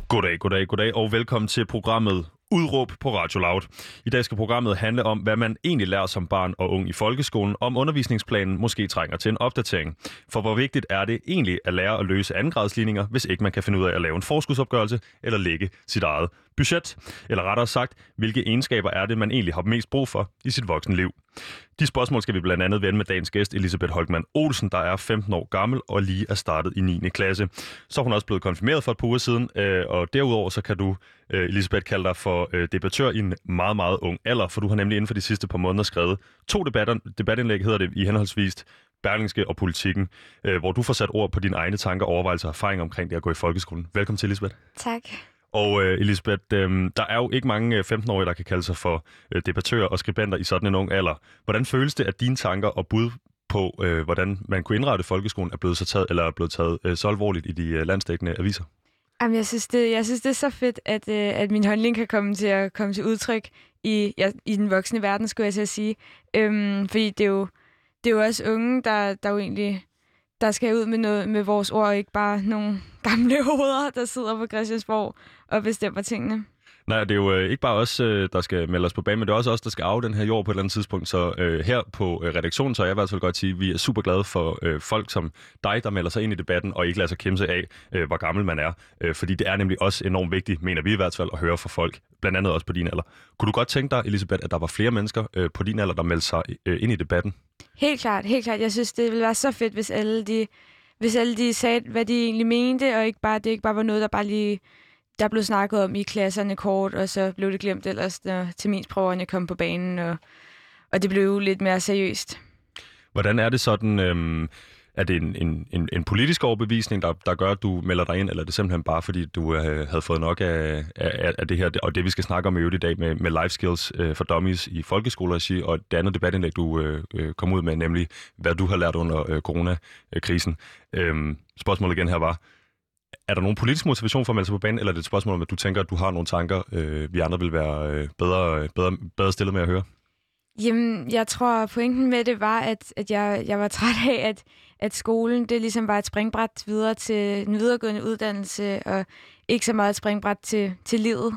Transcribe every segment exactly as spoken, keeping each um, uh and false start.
Goddag, goddag, goddag og velkommen til programmet Udråb på Radio Loud. I dag skal programmet handle om, hvad man egentlig lærer som barn og ung i folkeskolen, om undervisningsplanen måske trænger til en opdatering. For hvor vigtigt er det egentlig at lære at løse andengradsligninger, hvis ikke man kan finde ud af at lave en forskudsopgørelse eller lægge sit eget budget? Eller rettere sagt, hvilke egenskaber er det, man egentlig har mest brug for i sit voksne liv? De spørgsmål skal vi blandt andet vende med dagens gæst, Elisabeth Holkmann Olsen, der er femten år gammel og lige er startet i niende klasse. Så er hun også blevet konfirmeret for et par uger siden, og derudover så kan du, Elisabeth, kalde dig for debattør i en meget, meget ung alder, for du har nemlig inden for de sidste par måneder skrevet to debatter, debatindlæg, hedder det, i henholdsvis Berlingske og Politikken, hvor du får sat ord på dine egne tanker, overvejelser og erfaringer omkring det at gå i folkeskolen. Velkommen til, Elisabeth. Tak. Og uh, Elisabeth, um, der er jo ikke mange femten-årige, der kan kalde sig for uh, debattører og skribenter i sådan en ung alder. Hvordan føles det, at dine tanker og bud på, uh, hvordan man kunne indrette folkeskolen, er blevet så taget, eller er blevet taget uh, så alvorligt i de uh, landsdækkende aviser? Jamen, jeg synes, det, jeg synes, det er så fedt, at, uh, at min holdning kan komme til at komme til udtryk i, ja, i den voksne verden, skulle jeg så sige. Um, fordi det er, jo, det er jo også unge, der, der jo egentlig der skal ud med, noget, med vores ord, og ikke bare nogle gamle hoveder, der sidder på Christiansborg og bestemmer tingene. Nej, det er jo øh, ikke bare os, øh, der skal melde os på banen, men det er også os, der skal arve den her jord på et eller andet tidspunkt. Så øh, her på øh, redaktionen, så er jeg i hvert fald godt sige, at vi er super glade for øh, folk som dig, der melder sig ind i debatten, og ikke lader sig kæmpe af, øh, hvor gammel man er. Øh, fordi det er nemlig også enormt vigtigt, mener vi i hvert fald, at høre fra folk, blandt andet også på din alder. Kunne du godt tænke dig, Elisabeth, at der var flere mennesker øh, på din alder, der meldte sig øh, ind i debatten? Helt klart, helt klart. Jeg synes, det ville være så fedt, hvis alle de, hvis alle de sagde, hvad de egentlig mente, og ikke bare, det ikke bare var noget, der bare lige der blev snakket om i klasserne kort, og så blev det glemt ellers, når terminsprøverne kom på banen, og, og det blev lidt mere seriøst. Hvordan er det sådan, øhm, er det en, en, en, en politisk overbevisning, der, der gør, at du melder dig ind, eller er det simpelthen bare, fordi du øh, havde fået nok af, af, af det her, og det vi skal snakke om i øvrigt i dag med, med life skills øh, for dummies i folkeskoleregi, og det andet debatindlæg, du øh, kom ud med, nemlig hvad du har lært under øh, coronakrisen. Øhm, spørgsmålet igen her var, er der nogen politisk motivation for at melde sig på banen, eller er det et spørgsmål om, at du tænker, at du har nogle tanker, øh, vi andre vil være øh, bedre, bedre, bedre stillet med at høre? Jamen, jeg tror, pointen med det var, at, at jeg, jeg var træt af, at, at skolen det ligesom var et springbræt videre til en videregående uddannelse, og ikke så meget et springbræt til, til livet.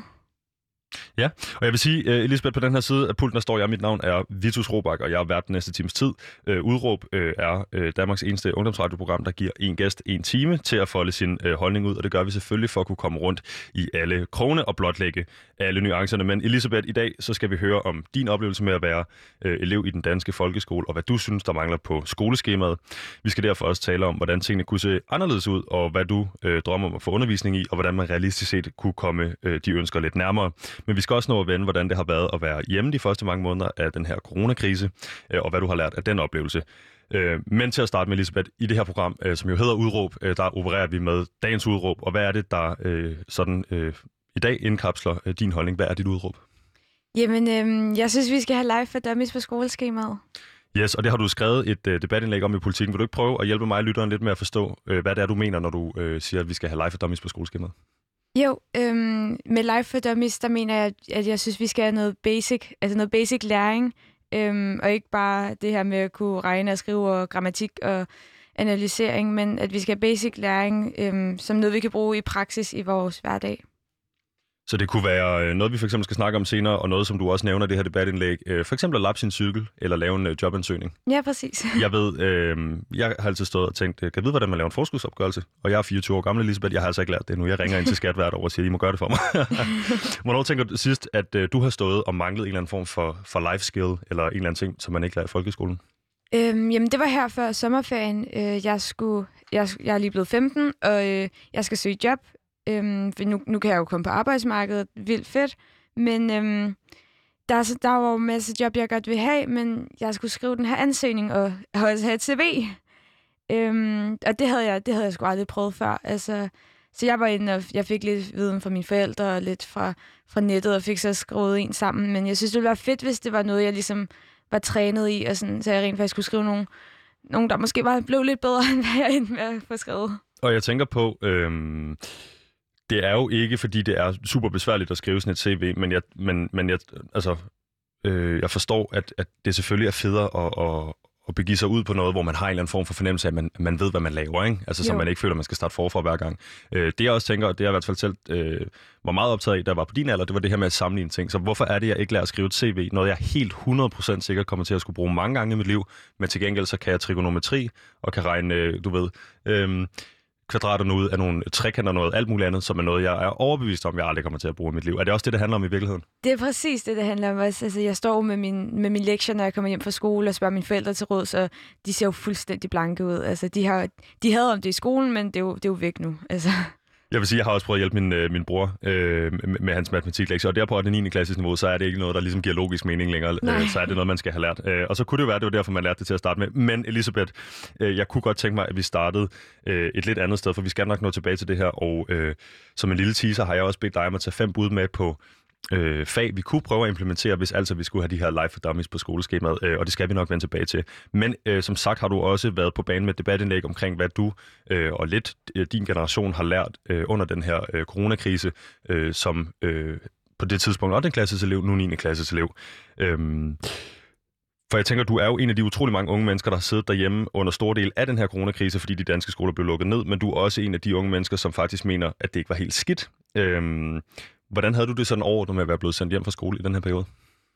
Ja, og jeg vil sige, uh, Elisabeth, på den her side af pulten, der står jeg, mit navn er Vitus Robak, og jeg har været den næste times tid. Uh, Udråb uh, er uh, Danmarks eneste ungdomsradioprogram, der giver en gæst en time til at folde sin uh, holdning ud, og det gør vi selvfølgelig for at kunne komme rundt i alle krogene og blotlægge alle nuancerne. Men Elisabeth, i dag så skal vi høre om din oplevelse med at være uh, elev i den danske folkeskole, og hvad du synes, der mangler på skoleskemaet. Vi skal derfor også tale om, hvordan tingene kunne se anderledes ud, og hvad du uh, drømmer om at få undervisning i, og hvordan man realistisk set kunne komme uh, de ønsker lidt nærmere. Men vi skal også nå at vende, hvordan det har været at være hjemme de første mange måneder af den her coronakrise, og hvad du har lært af den oplevelse. Men til at starte med, Elisabeth, i det her program, som jo hedder Udråb, der opererer vi med dagens udråb. Og hvad er det, der sådan i dag indkapsler din holdning? Hvad er dit udråb? Jamen, øh, jeg synes, vi skal have live for dummies på skoleskemaet. Yes, og det har du skrevet et uh, debatindlæg om i Politikken. Vil du ikke prøve at hjælpe mig og lytteren lidt med at forstå, uh, hvad det er, du mener, når du uh, siger, at vi skal have live for dummies på skoleskemaet? Jo, øhm, med Live for Dummies, der mener jeg, at jeg synes, vi skal have noget basic, altså noget basic læring, øhm, og ikke bare det her med at kunne regne og skrive og grammatik og analysering, men at vi skal have basic læring øhm, som noget, vi kan bruge i praksis i vores hverdag. Så det kunne være noget, vi for eksempel skal snakke om senere, og noget, som du også nævner i det her debatindlæg. For eksempel at lappe sin cykel, eller lave en jobansøgning. Ja, præcis. Jeg ved, øh, jeg har altid stået og tænkt, kan jeg vide, hvordan man laver en forskudsopgørelse? Og jeg er fireogtyve år gammel, Elisabeth. Jeg har altså ikke lært det nu. Jeg ringer ind til skat hvert år og siger, I må gøre det for mig. Hvornår tænker du sidst, at øh, du har stået og manglet en eller anden form for, for life skill, eller en eller anden ting, som man ikke lærer i folkeskolen? Øhm, jamen, det var her før sommerferien. Øh, jeg, skulle, jeg, jeg er lige blevet femten, og øh, jeg skal søge job. Øhm, for nu, nu kan jeg jo komme på arbejdsmarkedet, vildt fedt, men øhm, der, der var jo en masse job, jeg godt vil have, men jeg skulle skrive den her ansøgning og også have et C V. Øhm, og det havde jeg, det havde jeg sgu aldrig prøvet før. Altså, så jeg var inde, og jeg fik lidt viden fra mine forældre og lidt fra, fra nettet, og fik så skrevet en sammen. Men jeg synes, det ville være fedt, hvis det var noget, jeg ligesom var trænet i, og sådan, så jeg rent faktisk kunne skrive nogle, nogle der måske var blev lidt bedre, end hvad jeg endte med at få skrevet. Og jeg tænker på... Øhm Det er jo ikke, fordi det er super besværligt at skrive sådan et C V, men jeg, men, men jeg, altså, øh, jeg forstår, at, at det selvfølgelig er federe at, at, at begive sig ud på noget, hvor man har en eller anden form for fornemmelse af, at man, man ved, hvad man laver, ikke? Altså, så man ikke føler, at man skal starte forfra hver gang. Øh, det jeg også tænker, det jeg i hvert fald selv øh, var meget optaget af, da jeg var på din alder, det var det her med at sammenligne ting. Så hvorfor er det, jeg ikke lærer at skrive et C V? Noget, jeg helt hundrede procent sikkert kommer til at skulle bruge mange gange i mit liv, men til gengæld så kan jeg trigonometri og kan regne, øh, du ved... Øh, kvadraterne ud af nogle trekanter og noget, alt muligt andet, som er noget, jeg er overbevist om, jeg aldrig kommer til at bruge i mit liv. Er det også det, det handler om i virkeligheden? Det er præcis det, det handler om også. Altså, jeg står med min, med min lektier, når jeg kommer hjem fra skole og spørger mine forældre til råd, så de ser jo fuldstændig blanke ud. Altså, de, har, de havde om det i skolen, men det er jo, det er jo væk nu. Altså. Jeg vil sige, jeg har også prøvet at hjælpe min, øh, min bror øh, med, med hans matematiklektie, og der på det niende klasses niveau, så er det ikke noget, der ligesom giver logisk mening længere. Øh, så er det noget, man skal have lært. Øh, og så kunne det jo være, det var derfor, man lærte det til at starte med. Men Elisabeth, øh, jeg kunne godt tænke mig, at vi startede øh, et lidt andet sted, for vi skal nok nå tilbage til det her. Og øh, som en lille teaser har jeg også bedt dig om at tage fem bud med på øh, fag, vi kunne prøve at implementere, hvis altså vi skulle have de her live for dummies på skoleskemaet, øh, og det skal vi nok vende tilbage til. Men øh, som sagt har du også været på banen med et debatindlæg omkring, hvad du øh, og lidt øh, din generation har lært øh, under den her øh, coronakrise, øh, som øh, på det tidspunkt ottende klasses elev, nu niende klasses elev. Øhm, For jeg tænker, du er jo en af de utrolig mange unge mennesker, der har siddet derhjemme under stor del af den her coronakrise, fordi de danske skoler blev lukket ned, men du er også en af de unge mennesker, som faktisk mener, at det ikke var helt skidt. Øhm, hvordan havde du det sådan overordnet med at være blevet sendt hjem fra skole i den her periode?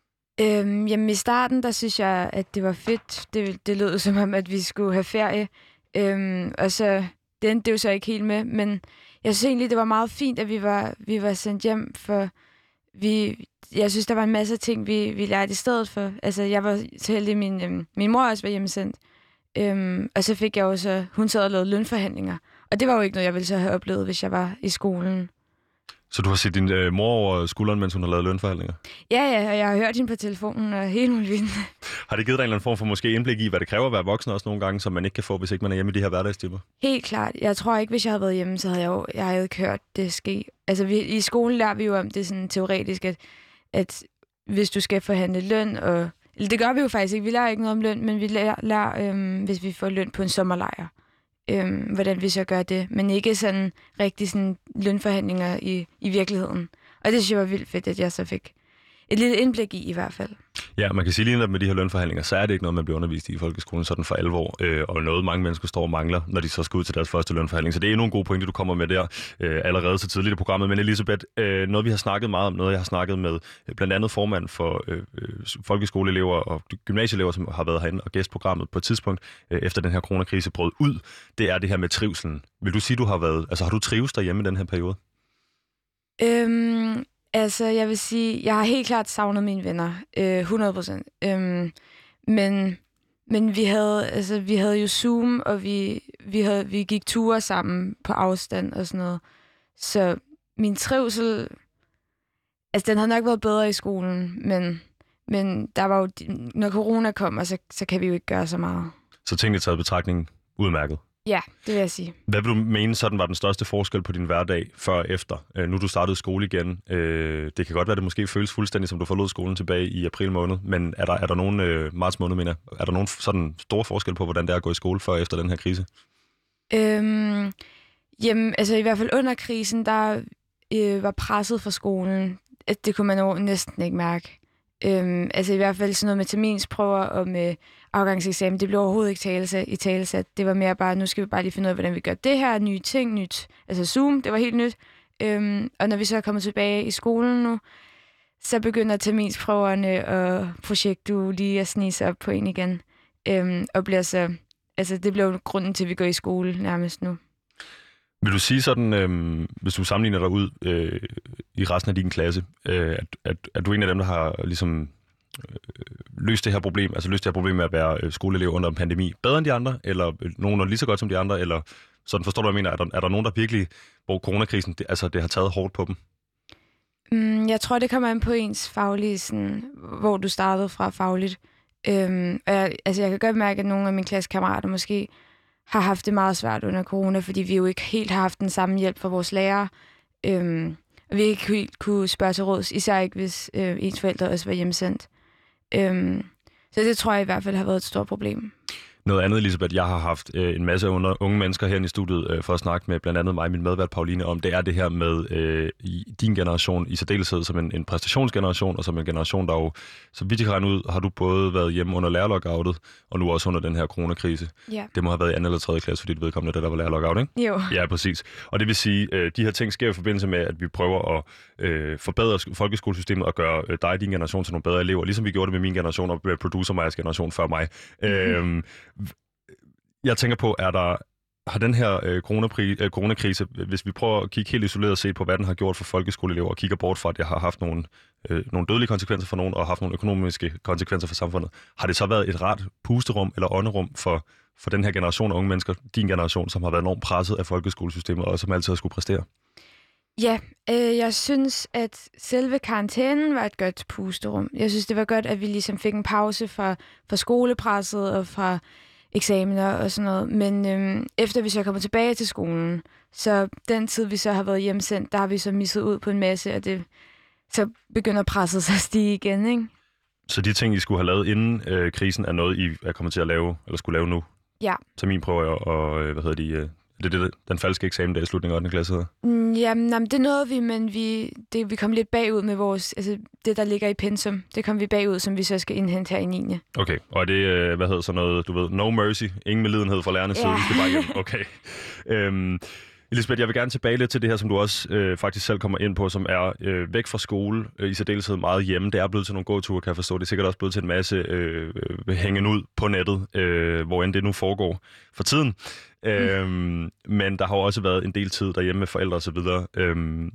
Øhm, jamen i starten, der synes jeg, at det var fedt. Det, det lød som om, at vi skulle have ferie. Øhm, og så, det endte det jo så ikke helt med, men jeg synes egentlig, det var meget fint, at vi var, vi var sendt hjem, for vi... Jeg synes, der var en masse ting, vi, vi lærte i stedet for. Altså, jeg var så heldig, at min, øhm, min mor også var hjemmesendt. Øhm, og så fik jeg også, hun sad og lavede lønforhandlinger. Og det var jo ikke noget, jeg ville så have oplevet, hvis jeg var i skolen. Så du har set din øh, mor over skulderen, mens hun har lavet lønforhandlinger? Ja, ja, og jeg har hørt hende på telefonen og hele muligt vildt. Har det givet dig en eller anden form for måske indblik i, hvad det kræver at være voksen også nogle gange, som man ikke kan få, hvis ikke man er hjemme i de her hverdagstimer? Helt klart. Jeg tror ikke, hvis jeg havde været hjemme, så havde jeg jo, jeg havde ikke hørt det ske. Altså, vi, i skolen lærer vi jo om det sådan teoretisk, at at hvis du skal forhandle løn, og eller det gør vi jo faktisk ikke, vi lærer ikke noget om løn, men vi lærer, lærer øhm, hvis vi får løn på en sommerlejr, øhm, hvordan vi så gør det, men ikke sådan rigtig sådan lønforhandlinger i, i virkeligheden. Og det synes jeg var vildt fedt, at jeg så fik et lille indblik i i hvert fald. Ja, man kan sige lige med de her lønforhandlinger, så er det ikke noget, man bliver undervist i i folkeskolen sådan for alvor, øh, og noget mange mennesker står og mangler, når de så skal ud til deres første lønforhandling. Så det er endnu en god pointe, du kommer med der øh, allerede så tidligt i programmet. Men Elisabeth, øh, noget vi har snakket meget om, noget jeg har snakket med øh, blandt andet formand for øh, folkeskoleelever og gymnasieelever, som har været herinde og gæstprogrammet på et tidspunkt, øh, efter den her coronakrise brød ud, det er det her med trivselen. Vil du sige, du har været, altså har du trives derhjemme i den her periode? Øhm... Altså, jeg vil sige, jeg har helt klart savnet mine venner, øh, hundrede procent. Øhm, men men vi havde, altså, vi havde jo Zoom, og vi, vi, havde, vi gik ture sammen på afstand og sådan noget. Så min trivsel, altså den havde nok været bedre i skolen, men, men der var jo, når corona kommer, så, så kan vi jo ikke gøre så meget. Så tingene taget betragtning udmærket? Ja, det vil jeg sige. Hvad vil du mene, sådan var den største forskel på din hverdag før og efter? Øh, nu du startede skole igen. Øh, det kan godt være, det måske føles fuldstændig, som du forlod skolen tilbage i april måned. Men er der, er der nogen, øh, marts måned mener jeg, er der nogen sådan store forskel på, hvordan det er at gå i skole før og efter den her krise? Øhm, jamen, altså i hvert fald under krisen, der øh, var presset fra skolen. At det kunne man jo næsten ikke mærke. Øhm, altså i hvert fald sådan noget med terminsprøver og med afgangseksamen, det blev overhovedet ikke talesat, i talesat. Det var mere bare, nu skal vi bare lige finde ud af, hvordan vi gør det her, nye ting, nyt. Altså Zoom, det var helt nyt. Øhm, og når vi så er kommet tilbage i skolen nu, så begynder terminsprøverne og projektuge lige at snige sig op på en igen. Øhm, og bliver så, altså det bliver jo grunden til, at vi går i skole nærmest nu. Vil du sige sådan, øh, hvis du sammenligner dig ud øh, i resten af din klasse, øh, at, at, at du er en af dem, der har ligesom øh, løst det her problem, altså løst det her problem med at være øh, skoleelev under en pandemi, bedre end de andre, eller øh, nogen er lige så godt som de andre, eller sådan, forstår du, hvad jeg mener? Er der, er der nogen, der virkelig, hvor coronakrisen, det, altså det har taget hårdt på dem? Mm, jeg tror, det kommer an på ens faglige, sådan, hvor du startede fra fagligt. Øhm, og jeg, altså jeg kan godt mærke, at nogle af mine klassekammerater måske har haft det meget svært under corona, fordi vi jo ikke helt har haft den samme hjælp fra vores lærere. Øhm, og vi ikke helt kunne spørge til råds, især ikke hvis øh, ens forældre også var hjemsendt. Øhm, så det tror jeg i hvert fald har været et stort problem. Noget andet, Elisabeth, jeg har haft øh, en masse unge mennesker herinde i studiet øh, for at snakke med blandt andet mig og min medvært Pauline om, det er det her med øh, i din generation i særdeleshed som en, en præstationsgeneration, og som en generation, der jo, så vidt jeg kan regne ud, har du både været hjemme under lærerlockoutet, og nu også under den her coronakrise. Ja. Det må have været i anden eller tredje klasse, fordi du vedkommende, det der var lærerlockout, ikke? Jo. Ja, præcis. Og det vil sige, øh, de her ting sker i forbindelse med, at vi prøver at øh, forbedre folkeskolesystemet og gøre øh, dig og din generation til nogle bedre elever, ligesom vi gjorde det med min generation og med producer Majas generation før mig. Mm-hmm. Øh, Jeg tænker på, er der har den her øh, coronapri, øh, coronakrise, hvis vi prøver at kigge helt isoleret og se på, hvad den har gjort for folkeskoleelever, og kigger bort fra, at det har haft nogle, øh, nogle dødelige konsekvenser for nogen, og haft nogle økonomiske konsekvenser for samfundet, har det så været et rart pusterum eller ånderum for, for den her generation af unge mennesker, din generation, som har været enormt presset af folkeskolesystemet, og som altid har skulle præstere? Ja, øh, jeg synes, at selve karantænen var et godt pusterum. Jeg synes, det var godt, at vi ligesom fik en pause fra, fra skolepresset og fra eksamener og sådan noget. Men øhm, efter vi så kommer tilbage til skolen, så den tid, vi så har været hjemsendt, der har vi så misset ud på en masse, og det så begynder presset sig at stige igen, ikke? Så de ting, I skulle have lavet inden øh, krisen, er noget, I er kommet til at lave, eller skulle lave nu? Ja. Terminprøver og, øh, hvad hedder de, øh, det er det, den falske eksamen, der i slutningen af ottende klasse hedder? Mm, jamen, jamen, det nåede vi, men vi, det, vi kom lidt bagud med vores, altså det, der ligger i pensum, det kom vi bagud, som vi så skal indhente her i niende Okay, og er det, øh, hvad hedder så noget, du ved, no mercy, ingen medlidenhed fra lærernes side, ja. Vi skal bare hjem. Okay. øhm, Elisabeth, jeg vil gerne tilbage lidt til det her, som du også øh, faktisk selv kommer ind på, som er øh, væk fra skole, øh, i særdeleshed meget hjemme. Det er blevet til nogle gåture, kan jeg forstå. Det er sikkert også blevet til en masse øh, øh, hængen ud på nettet, øh, hvor end det nu foregår for tiden. Mm. Øhm, men der har også været en del tid derhjemme med forældre osv. Øhm,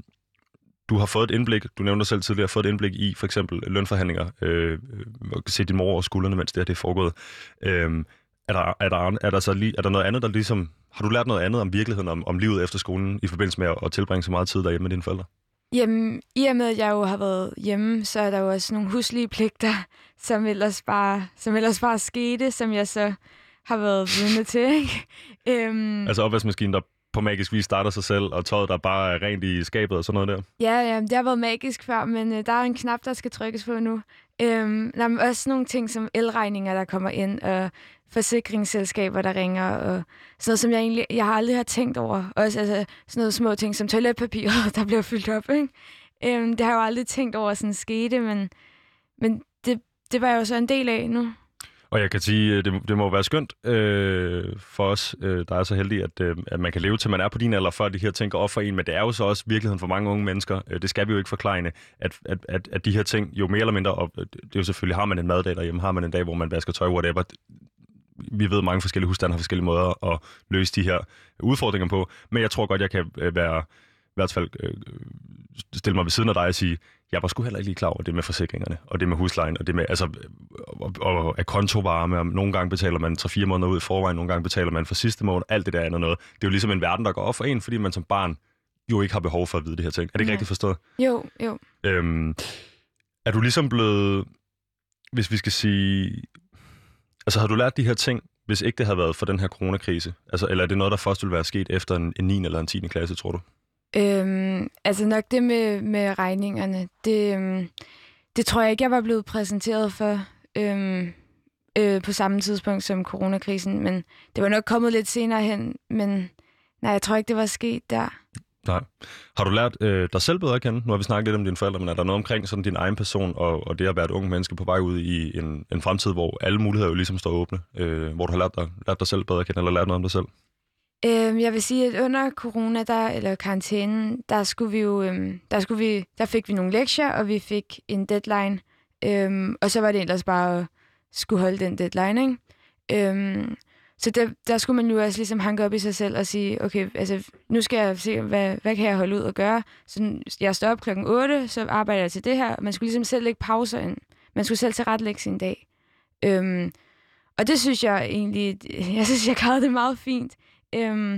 du har fået et indblik, du nævnte selv tidligere, fået et indblik i for eksempel lønforhandlinger, øh, og se din mor over skuldrene, mens det her det er foregået. Øhm, er, der, er, der, er, der så lige, er der noget andet, der ligesom... Har du lært noget andet om virkeligheden, om, om livet efter skolen, i forbindelse med at, at tilbringe så meget tid derhjemme med dine forældre? Jamen, i og med, at jeg jo har været hjemme, så er der jo også nogle huslige pligter, som ellers bare, som ellers bare skete, som jeg så har været vidne til, ikke? Øhm... Altså opvaskemaskinen, der på magisk vis starter sig selv, og tøjet, der bare er rent i skabet og sådan noget der? Ja, ja, det har været magisk før, men øh, der er en knap, der skal trykkes på nu. Øhm, der er også nogle ting som elregninger, der kommer ind, og forsikringsselskaber, der ringer, og sådan noget, som jeg egentlig jeg har aldrig har tænkt over. Også altså, sådan noget små ting som toiletpapir, der bliver fyldt op, ikke? Øhm, det har jeg jo aldrig tænkt over, sådan skete, men, men det, det var jeg jo så en del af nu. Og jeg kan sige, det, det må være skønt øh, for os, øh, der er så heldige, at, øh, at man kan leve til man er på din alder, før de her ting går op for en, men det er jo så også virkeligheden for mange unge mennesker, øh, det skal vi jo ikke forklejne, at, at, at, at de her ting jo mere eller mindre, og det er jo selvfølgelig, har man en maddag derhjemme, har man en dag, hvor man vasker tøj, whatever. Vi ved, at mange forskellige husstande har forskellige måder at løse de her udfordringer på, men jeg tror godt, jeg kan være, i hvert fald øh, stille mig ved siden af dig og sige, jeg var sgu heller ikke lige klar over det med forsikringerne, og det med huslejen, og det med, altså, og, og, og kontovarme, og nogle gange betaler man tre fire måneder ud i forvejen, nogle gange betaler man for sidste måned, alt det der andet noget. Det er jo ligesom en verden, der går op for en, fordi man som barn jo ikke har behov for at vide det her ting. Er det ikke ja. rigtigt forstået? Jo, jo. Øhm, er du ligesom blevet, hvis vi skal sige, altså har du lært de her ting, hvis ikke det havde været for den her coronakrise? Altså, eller er det noget, der først ville være sket efter en, en niende eller en tiende klasse, tror du? Øhm, altså nok det med, med regningerne, det, øhm, det tror jeg ikke, jeg var blevet præsenteret for øhm, øh, på samme tidspunkt som coronakrisen, men det var nok kommet lidt senere hen, men nej, jeg tror ikke, det var sket der. Nej. Har du lært øh, dig selv bedre at kende? Nu har vi snakket lidt om dine forældre, men er der noget omkring sådan din egen person og, og det at være et unge menneske på vej ud i en, en fremtid, hvor alle muligheder jo ligesom står åbne, øh, hvor du har lært dig, lært dig selv bedre at kende, eller lært noget om dig selv? Øhm, jeg vil sige, at under corona, der, eller karantænen, der skulle vi jo, øhm, der, skulle vi, der fik vi nogle lektier, og vi fik en deadline. Øhm, og så var det ellers bare at skulle holde den deadline, ikke? Øhm, så der, der skulle man jo også ligesom hanke op i sig selv og sige, okay, altså nu skal jeg se, hvad, hvad kan jeg holde ud og gøre? Så jeg står op klokken otte, så arbejder jeg til det her. Man skulle ligesom selv lægge pauser ind. Man skulle selv tilrettelægge sin dag. Øhm, og det synes jeg egentlig, jeg synes, jeg klarede det meget fint. Øhm,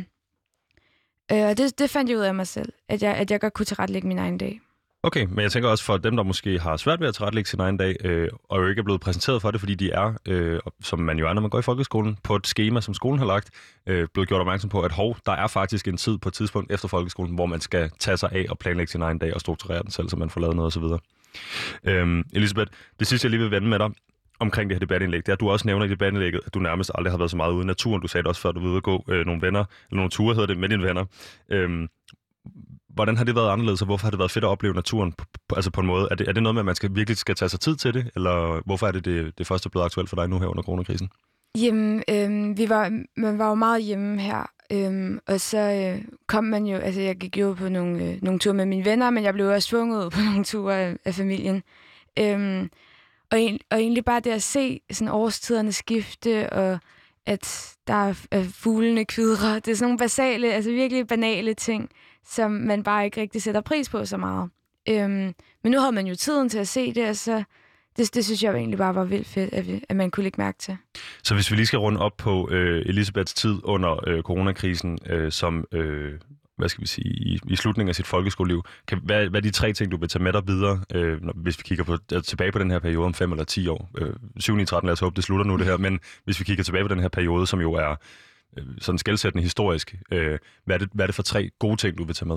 øh, og det, det fandt jeg ud af mig selv, at jeg, at jeg godt kunne tilrettelægge min egen dag. Okay, men jeg tænker også for dem, der måske har svært ved at tilrettelægge sin egen dag, øh, og jo ikke er blevet præsenteret for det, fordi de er, øh, som man jo er, når man går i folkeskolen, på et schema, som skolen har lagt, øh, blevet gjort opmærksom på, at hov, der er faktisk en tid på et tidspunkt efter folkeskolen, hvor man skal tage sig af og planlægge sin egen dag og strukturere den selv, så man får lavet noget osv. Øhm, Elisabeth, det sidste jeg lige vil vende med dig, omkring det her debatindlæg, det er, at du også nævner i debatindlægget, at du nærmest aldrig har været så meget ude i naturen. Du sagde det også før, du var ude at gå øh, nogle venner, eller nogle ture hedder det, med dine venner. Øhm, hvordan har det været anderledes, og hvorfor har det været fedt at opleve naturen på, på, altså på en måde? Er det, er det noget med, at man skal, virkelig skal tage sig tid til det, eller hvorfor er det det, det første blevet aktuelt for dig nu her under coronakrisen? Jamen, øhm, vi var, man var jo meget hjemme her, øhm, og så øh, kom man jo, altså jeg gik jo på nogle, øh, nogle ture med mine venner, men jeg blev også tvunget ud på nogle ture af, af familien. Øhm, og, og egentlig bare det at se sådan årstiderne skifte, og at der er, er fuglene kvidrer, det er sådan nogle basale, altså virkelig banale ting, som man bare ikke rigtig sætter pris på så meget. Øhm, men nu havde man jo tiden til at se det, og så Det, det synes jeg egentlig bare var vildt fedt, at, vi, at man kunne lægge mærke til. Så hvis vi lige skal runde op på øh, Elisabeths tid under øh, coronakrisen, øh, som øh, hvad skal vi sige, i, i slutningen af sit folkeskoleliv, kan, hvad, hvad er de tre ting, du vil tage med dig videre, øh, når, hvis vi kigger på, øh, tilbage på den her periode om fem eller ti år? Øh, syv ni tretten, lad os håbe, det slutter nu det her, men hvis vi kigger tilbage på den her periode, som jo er øh, sådan skelsættende historisk, øh, hvad, er det, hvad er det for tre gode ting, du vil tage med?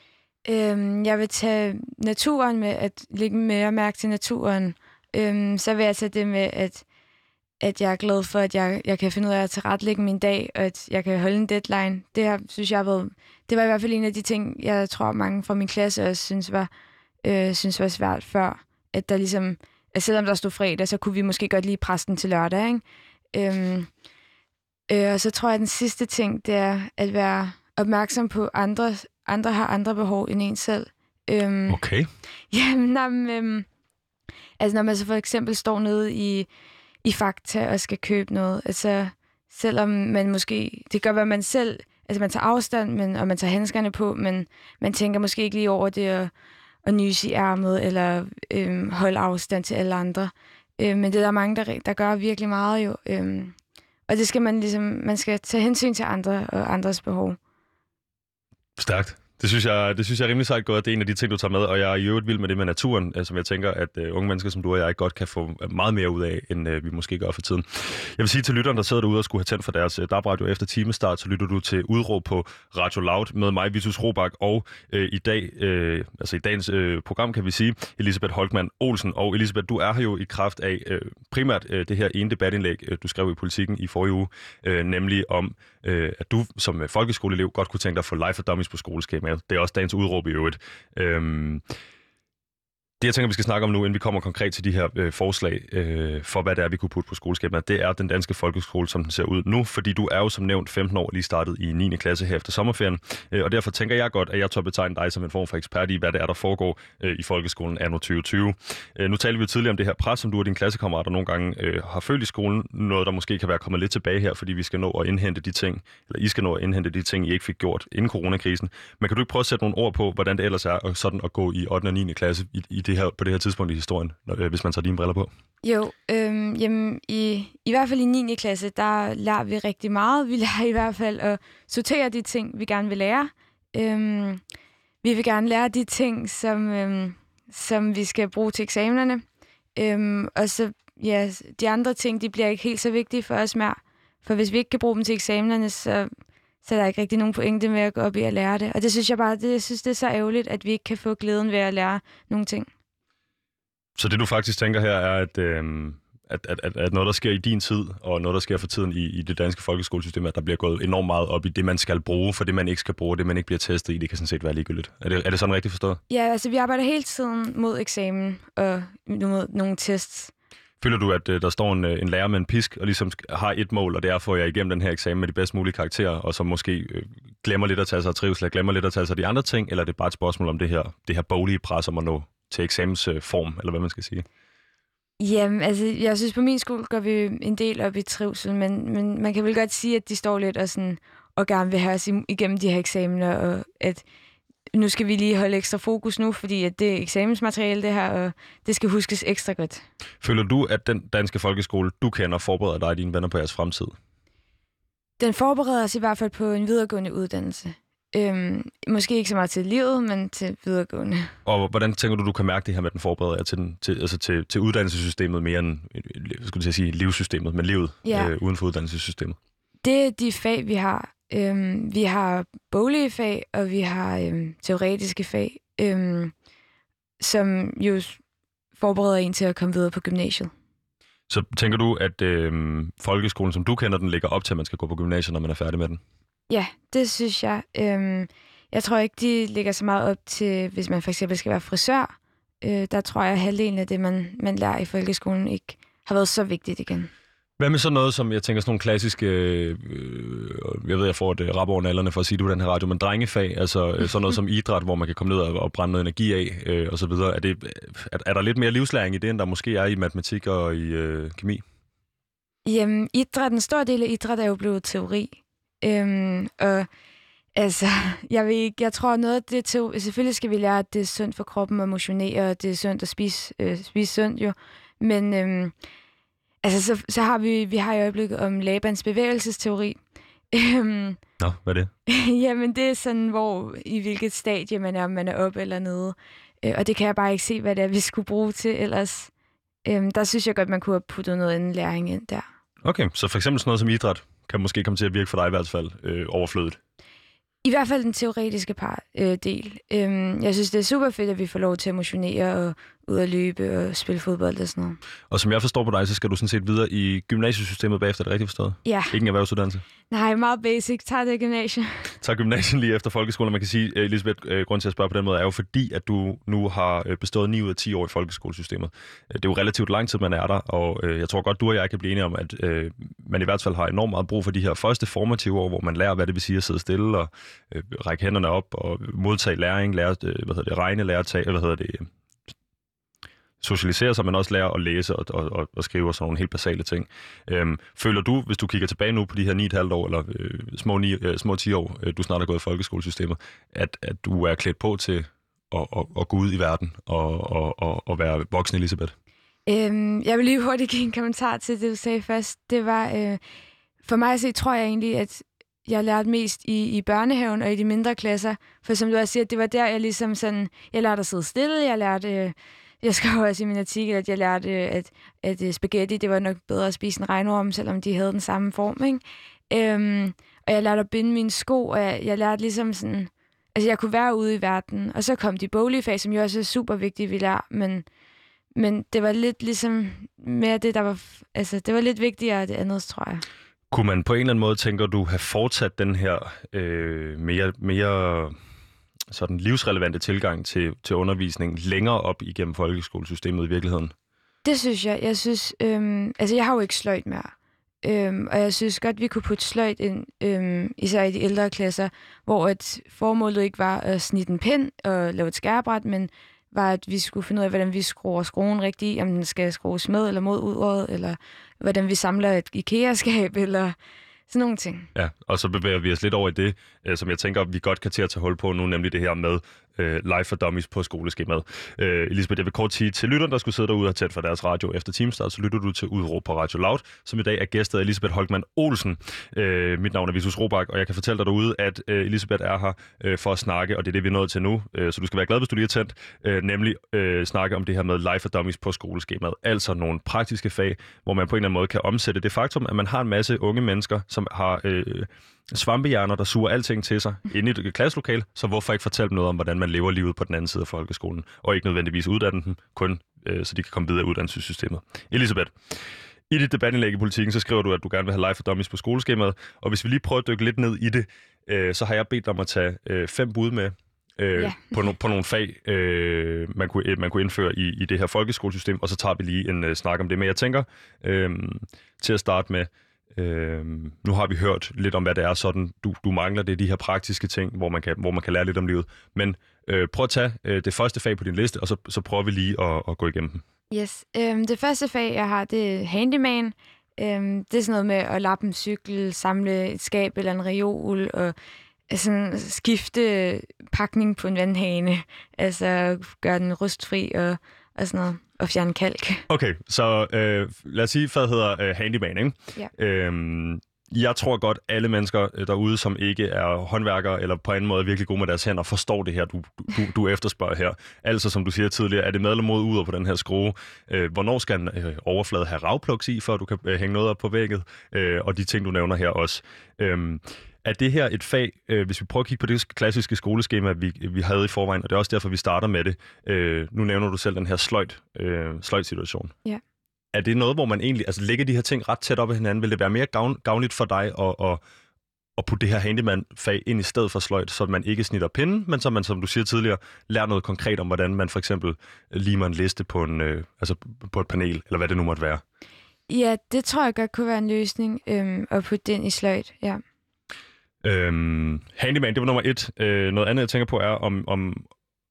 Øhm, jeg vil tage naturen med, at lægge mere mærke til naturen. Øhm, så vil jeg tage det med, at, at jeg er glad for, at jeg, jeg kan finde ud af at tilrettelægge min dag, og at jeg kan holde en deadline. Det her, synes jeg har været, det var i hvert fald en af de ting, jeg tror, mange fra min klasse også synes var, øh, synes var svært før. At der ligesom, at selvom der stod fredag, så kunne vi måske godt lige presse den til lørdag, ikke? Øhm, øh, og så tror jeg, at den sidste ting, det er at være opmærksom på, andre, andre har andre behov end en selv. Øhm, okay. Jamen, jamen øhm, altså når man så for eksempel står nede i, i Fakta og skal købe noget, altså selvom man måske, det gør, hvad man selv, altså man tager afstand, men, og man tager handskerne på, men man tænker måske ikke lige over det at, at nyse i ærmet, eller øhm, holde afstand til alle andre. Øhm, men det er der mange, der, der gør virkelig meget jo. Øhm, og det skal man ligesom, man skal tage hensyn til andre og andres behov. Stærkt. Det synes jeg, det synes jeg er rimelig sejt godt. Det er en af de ting, du tager med, og jeg er i øvrigt vild med det med naturen, som jeg tænker, at uh, unge mennesker som du og jeg godt kan få meget mere ud af, end uh, vi måske gør for tiden. Jeg vil sige til lytterne, der sidder derude og skulle have tændt for deres uh, DAB-radio efter timestart, så lytter du til Udråb på Radio Loud med mig, Vitus Robak, og uh, i dag, uh, altså i dagens uh, program kan vi sige, Elisabeth Holkmann Olsen. Og Elisabeth, du er her jo i kraft af uh, primært uh, det her ene debatindlæg, uh, du skrev i Politikken i forrige uge, uh, nemlig om, uh, at du som uh, folkeskoleelev godt kunne tænke dig at få Life for Dummies på skoleskemaet. Det er også dagens udråb i øvrigt. Øhm, det, jeg tænker, vi skal snakke om nu, inden vi kommer konkret til de her øh, forslag øh, for, hvad det er, vi kunne putte på skoleskemaet, det er den danske folkeskole, som den ser ud nu, fordi du er jo som nævnt femten år lige startet i niende klasse her efter sommerferien, øh, og derfor tænker jeg godt, at jeg tør betegne dig som en form for ekspert i, hvad det er, der foregår øh, i folkeskolen anno tyve tyve. Øh, nu talte vi jo tidligere om det her pres, som du og dine klassekammerater nogle gange øh, har følt i skolen, noget, der måske kan være kommet lidt tilbage her, fordi vi skal nå at indhente de ting, eller I skal nå at indhente de ting, I ikke fik gjort inden coronakrisen. Men kan du ikke prøve at sætte nogle ord på, hvordan det ellers er sådan at gå i ottende og niende klasse i, i det her, på det her tidspunkt i historien, når, øh, hvis man tager dine briller på? Jo, øhm, jamen, i, i hvert fald i niende klasse, der lærer vi rigtig meget. Vi lærer i hvert fald at sortere de ting, vi gerne vil lære. Øhm, vi vil gerne lære de ting, som, øhm, som vi skal bruge til eksamenerne. Øhm, og så, ja, de andre ting, de bliver ikke helt så vigtige for os mere. For hvis vi ikke kan bruge dem til eksamenerne, så, så er der ikke rigtig nogen pointe med at gå op i at lære det. Og det synes jeg bare, det, jeg synes, det er så ærgerligt, at vi ikke kan få glæden ved at lære nogle ting. Så det, du faktisk tænker her, er, at, øh, at, at, at, at noget, der sker i din tid, og noget, der sker for tiden i, i det danske folkeskolesystem, at der bliver gået enormt meget op i det, man skal bruge, for det, man ikke skal bruge, det, man ikke bliver testet i, det kan sådan set være ligegyldigt. Er det, er det sådan rigtigt forstået? Ja, altså vi arbejder hele tiden mod eksamen og mod nogle tests. Føler du, at øh, der står en, en lærer med en pisk, og ligesom har et mål, og det er at få jer igennem den her eksamen med de bedst mulige karakterer, og så måske øh, glemmer lidt at tage sig af trivsel, glemmer lidt at tage sig af de andre ting, eller er det bare et spørgsmål om det her, det her boglige pres om at nå til eksamensform, eller hvad man skal sige? Jamen, altså, jeg synes, på min skole går vi en del op i trivsel, men, men man kan vel godt sige, at de står lidt og, sådan, og gerne vil have os igennem de her eksamener, og at nu skal vi lige holde ekstra fokus nu, fordi at det er eksamensmateriale, det her, og det skal huskes ekstra godt. Føler du, at den danske folkeskole, du kender, forbereder dig og dine venner på jeres fremtid? Den forbereder os i hvert fald på en videregående uddannelse. Øhm, måske ikke så meget til livet, men til videregående. Og hvordan tænker du, du kan mærke det her med, den forbereder jer til, den, til, altså til, til uddannelsessystemet mere end, skulle jeg sige, livssystemet, men livet ja. øh, uden for uddannelsessystemet? Det er de fag, vi har. Øhm, vi har boglige fag, og vi har øhm, teoretiske fag, øhm, som jo forbereder en til at komme videre på gymnasiet. Så tænker du, at øh, folkeskolen, som du kender den, ligger op til, at man skal gå på gymnasiet, når man er færdig med den? Ja, det synes jeg. Øhm, jeg tror ikke, de ligger så meget op til, hvis man for eksempel skal være frisør. Øh, der tror jeg, at halvdelen af det, man, man lærer i folkeskolen, ikke har været så vigtigt igen. Hvad med sådan noget, som jeg tænker sådan nogle klassiske, øh, jeg ved, jeg får et rap over nallerne for at sige det på den her radio, men drengefag, altså øh, sådan noget som idræt, hvor man kan komme ned og, og brænde noget energi af, øh, og så videre. Er, det, er, er der lidt mere livslæring i det, end der måske er i matematik og i øh, kemi? Jamen, idræt, en stor del af idræt er jo blevet teori. Øhm, og altså, jeg ved ikke, jeg tror noget af det teori, selvfølgelig skal vi lære, at det er sundt for kroppen at motionere, og det er sundt at spise, øh, spise sundt jo, men øhm, altså, så, så har vi, vi har i øjeblikket om Labans bevægelsesteori. Øhm, Nå, hvad er det? Jamen, det er sådan, hvor i hvilket stadie man er, om man er oppe eller nede. Øh, og det kan jeg bare ikke se, hvad det er, vi skulle bruge til ellers. Øhm, der synes jeg godt, man kunne have puttet noget anden læring ind der. Okay, så for eksempel sådan noget som idræt kan måske komme til at virke for dig i hvert fald øh, overflødigt. I hvert fald den teoretiske par, øh, del. Øhm, jeg synes, det er super fedt, at vi får lov til at motionere og ud at løbe og spille fodbold og sådan noget. Og som jeg forstår på dig, så skal du sådan set videre i gymnasiesystemet bagefter, er det rigtigt forstået? Ja. Ikke en erhvervsuddannelse? Nej, meget basic. Tag det gymnasium. Tag gymnasiet lige efter folkeskolen. Man kan sige, Elisabeth, øh, grund til at spørge på den måde, er jo fordi, at du nu har bestået ni ud af ti år i folkeskolesystemet. Det er jo relativt lang tid, man er der, og øh, jeg tror godt, du og jeg kan blive enige om, at øh, man i hvert fald har enormt meget brug for de her første formative år, hvor man lærer, hvad det vil sige at sidde stille og øh, række hænderne op og modtage læring, lære, øh, hvad hedder det, regne, lære, tage, hvad hedder det, socialisere sig, men også lære at læse og, og, og skrive og sådan nogle helt basale ting. Øhm, føler du, hvis du kigger tilbage nu på de her ni komma fem år, eller øh, små, ni, øh, små ti år, øh, du snart har gået i folkeskolesystemet, at, at du er klædt på til at, at, at gå ud i verden og, og, og, og være voksen Elisabeth? Øhm, jeg vil lige hurtigt give en kommentar til det, du sagde først. Det var, øh, for mig så tror jeg egentlig, at jeg lærte mest i, i børnehaven og i de mindre klasser. For som du også siger, det var der, jeg ligesom sådan, jeg lærte at sidde stille, jeg lærte... Øh, Jeg skrev også i min artikel, at jeg lærte, at, at spaghetti, det var nok bedre at spise en regnorm, selvom de havde den samme form, ikke? Øhm, og jeg lærte at binde mine sko, og jeg, jeg lærte ligesom sådan... Altså, jeg kunne være ude i verden. Og så kom de boglige fag, som jo også er super vigtige, vi lærer, men, men det var lidt ligesom mere det, der var... Altså, det var lidt vigtigere af det andet, tror jeg. Kunne man på en eller anden måde, tænker du, have fortsat den her øh, mere... mere sådan livsrelevante tilgang til, til undervisning længere op igennem folkeskolesystemet i virkeligheden? Det synes jeg. Jeg synes, øhm, altså jeg har jo ikke sløjt mere. Øhm, og jeg synes godt, vi kunne putte sløjt ind, øhm, især i de ældre klasser, hvor et formålet ikke var at snitte en pind og lave et skærebræt, men var, at vi skulle finde ud af, hvordan vi skruer skruen rigtigt, om den skal skrues med eller mod udåret, eller hvordan vi samler et IKEA-skab, eller sådan nogle ting. Ja, og så bevæger vi os lidt over i det, øh, som jeg tænker, vi godt kan til at tage hul på nu, nemlig det her med øh, Live for Dummies på skoleskemaet. Øh, Elisabeth, jeg vil kort sige til lytterne, der skulle sidde derude og tæt for deres radio efter timestart, så lytter du til Udråb på Radio Loud, som i dag er gæstet af Elisabeth Holkmann Olsen. Øh, mit navn er Vitus Robak, og jeg kan fortælle dig derude, at øh, Elisabeth er her øh, for at snakke, og det er det, vi er nået til nu, øh, så du skal være glad, hvis du lige er tændt, øh, nemlig øh, snakke om det her med Live for Dummies på skoleskemaet. Altså nogle praktiske fag, hvor man på en eller anden måde kan omsætte det faktum, at man har en masse unge mennesker, som har øh, svampehjerner, der suger alting til sig inde i et klasselokale, så hvorfor ikke fortælle dem noget om, hvordan man lever livet på den anden side af folkeskolen, og ikke nødvendigvis uddanne dem, kun øh, så de kan komme videre i uddannelsessystemet. Elisabeth, i dit debatindlæg i Politikken, så skriver du, at du gerne vil have Live for Dummies på skoleskemaet, og hvis vi lige prøver at dykke lidt ned i det, øh, så har jeg bedt dig om at tage øh, fem bud med øh, ja. på, no- på nogle fag, øh, man, kunne, man kunne indføre i, i det her folkeskolesystem, og så tager vi lige en øh, snak om det. Men jeg tænker, øh, til at starte med, Øh, nu har vi hørt lidt om, hvad det er, sådan du, du mangler det, de her praktiske ting, hvor man kan, hvor man kan lære lidt om livet. Men øh, prøv at tage øh, det første fag på din liste, og så, så prøver vi lige at, at gå igennem dem. Yes. Øhm, det første fag, jeg har, det er handyman. Øhm, det er sådan noget med at lappe en cykel, samle et skab eller en reol, og sådan skifte pakning på en vandhane. Altså gøre den rustfri og, og sådan noget. Og fjerne kalk. Okay, så øh, lad os sige, hvad hedder øh, handyman, ikke? Ja. Øhm, jeg tror godt, alle mennesker derude, som ikke er håndværkere eller på anden måde virkelig gode med deres hænder, forstår det her, du, du, du efterspørger her. Altså, som du siger tidligere, er det med eller mod ud på den her skrue? Øh, hvornår skal en øh, overflade have ravplugs i, før du kan øh, hænge noget op på vægget? Øh, og de ting, du nævner her også. Øh, Er det her et fag, øh, hvis vi prøver at kigge på det klassiske skoleskema, vi, vi havde i forvejen, og det er også derfor, vi starter med det. Øh, nu nævner du selv den her sløjt, øh, sløjt situation. Ja. er det noget, hvor man egentlig altså, lægger de her ting ret tæt op ad hinanden? Vil det være mere gavn, gavnligt for dig at, at, at putte det her handyman-fag ind i stedet for sløjt, så man ikke snitter pinden, men så man, som du siger tidligere, lærer noget konkret om, hvordan man for eksempel limer en liste på, en, øh, altså på et panel, eller hvad det nu måtte være? Ja, det tror jeg godt kunne være en løsning, øhm, at putte den i sløjt, ja. Øhm, handyman, det var nummer et. Øh, noget andet, jeg tænker på, er om... om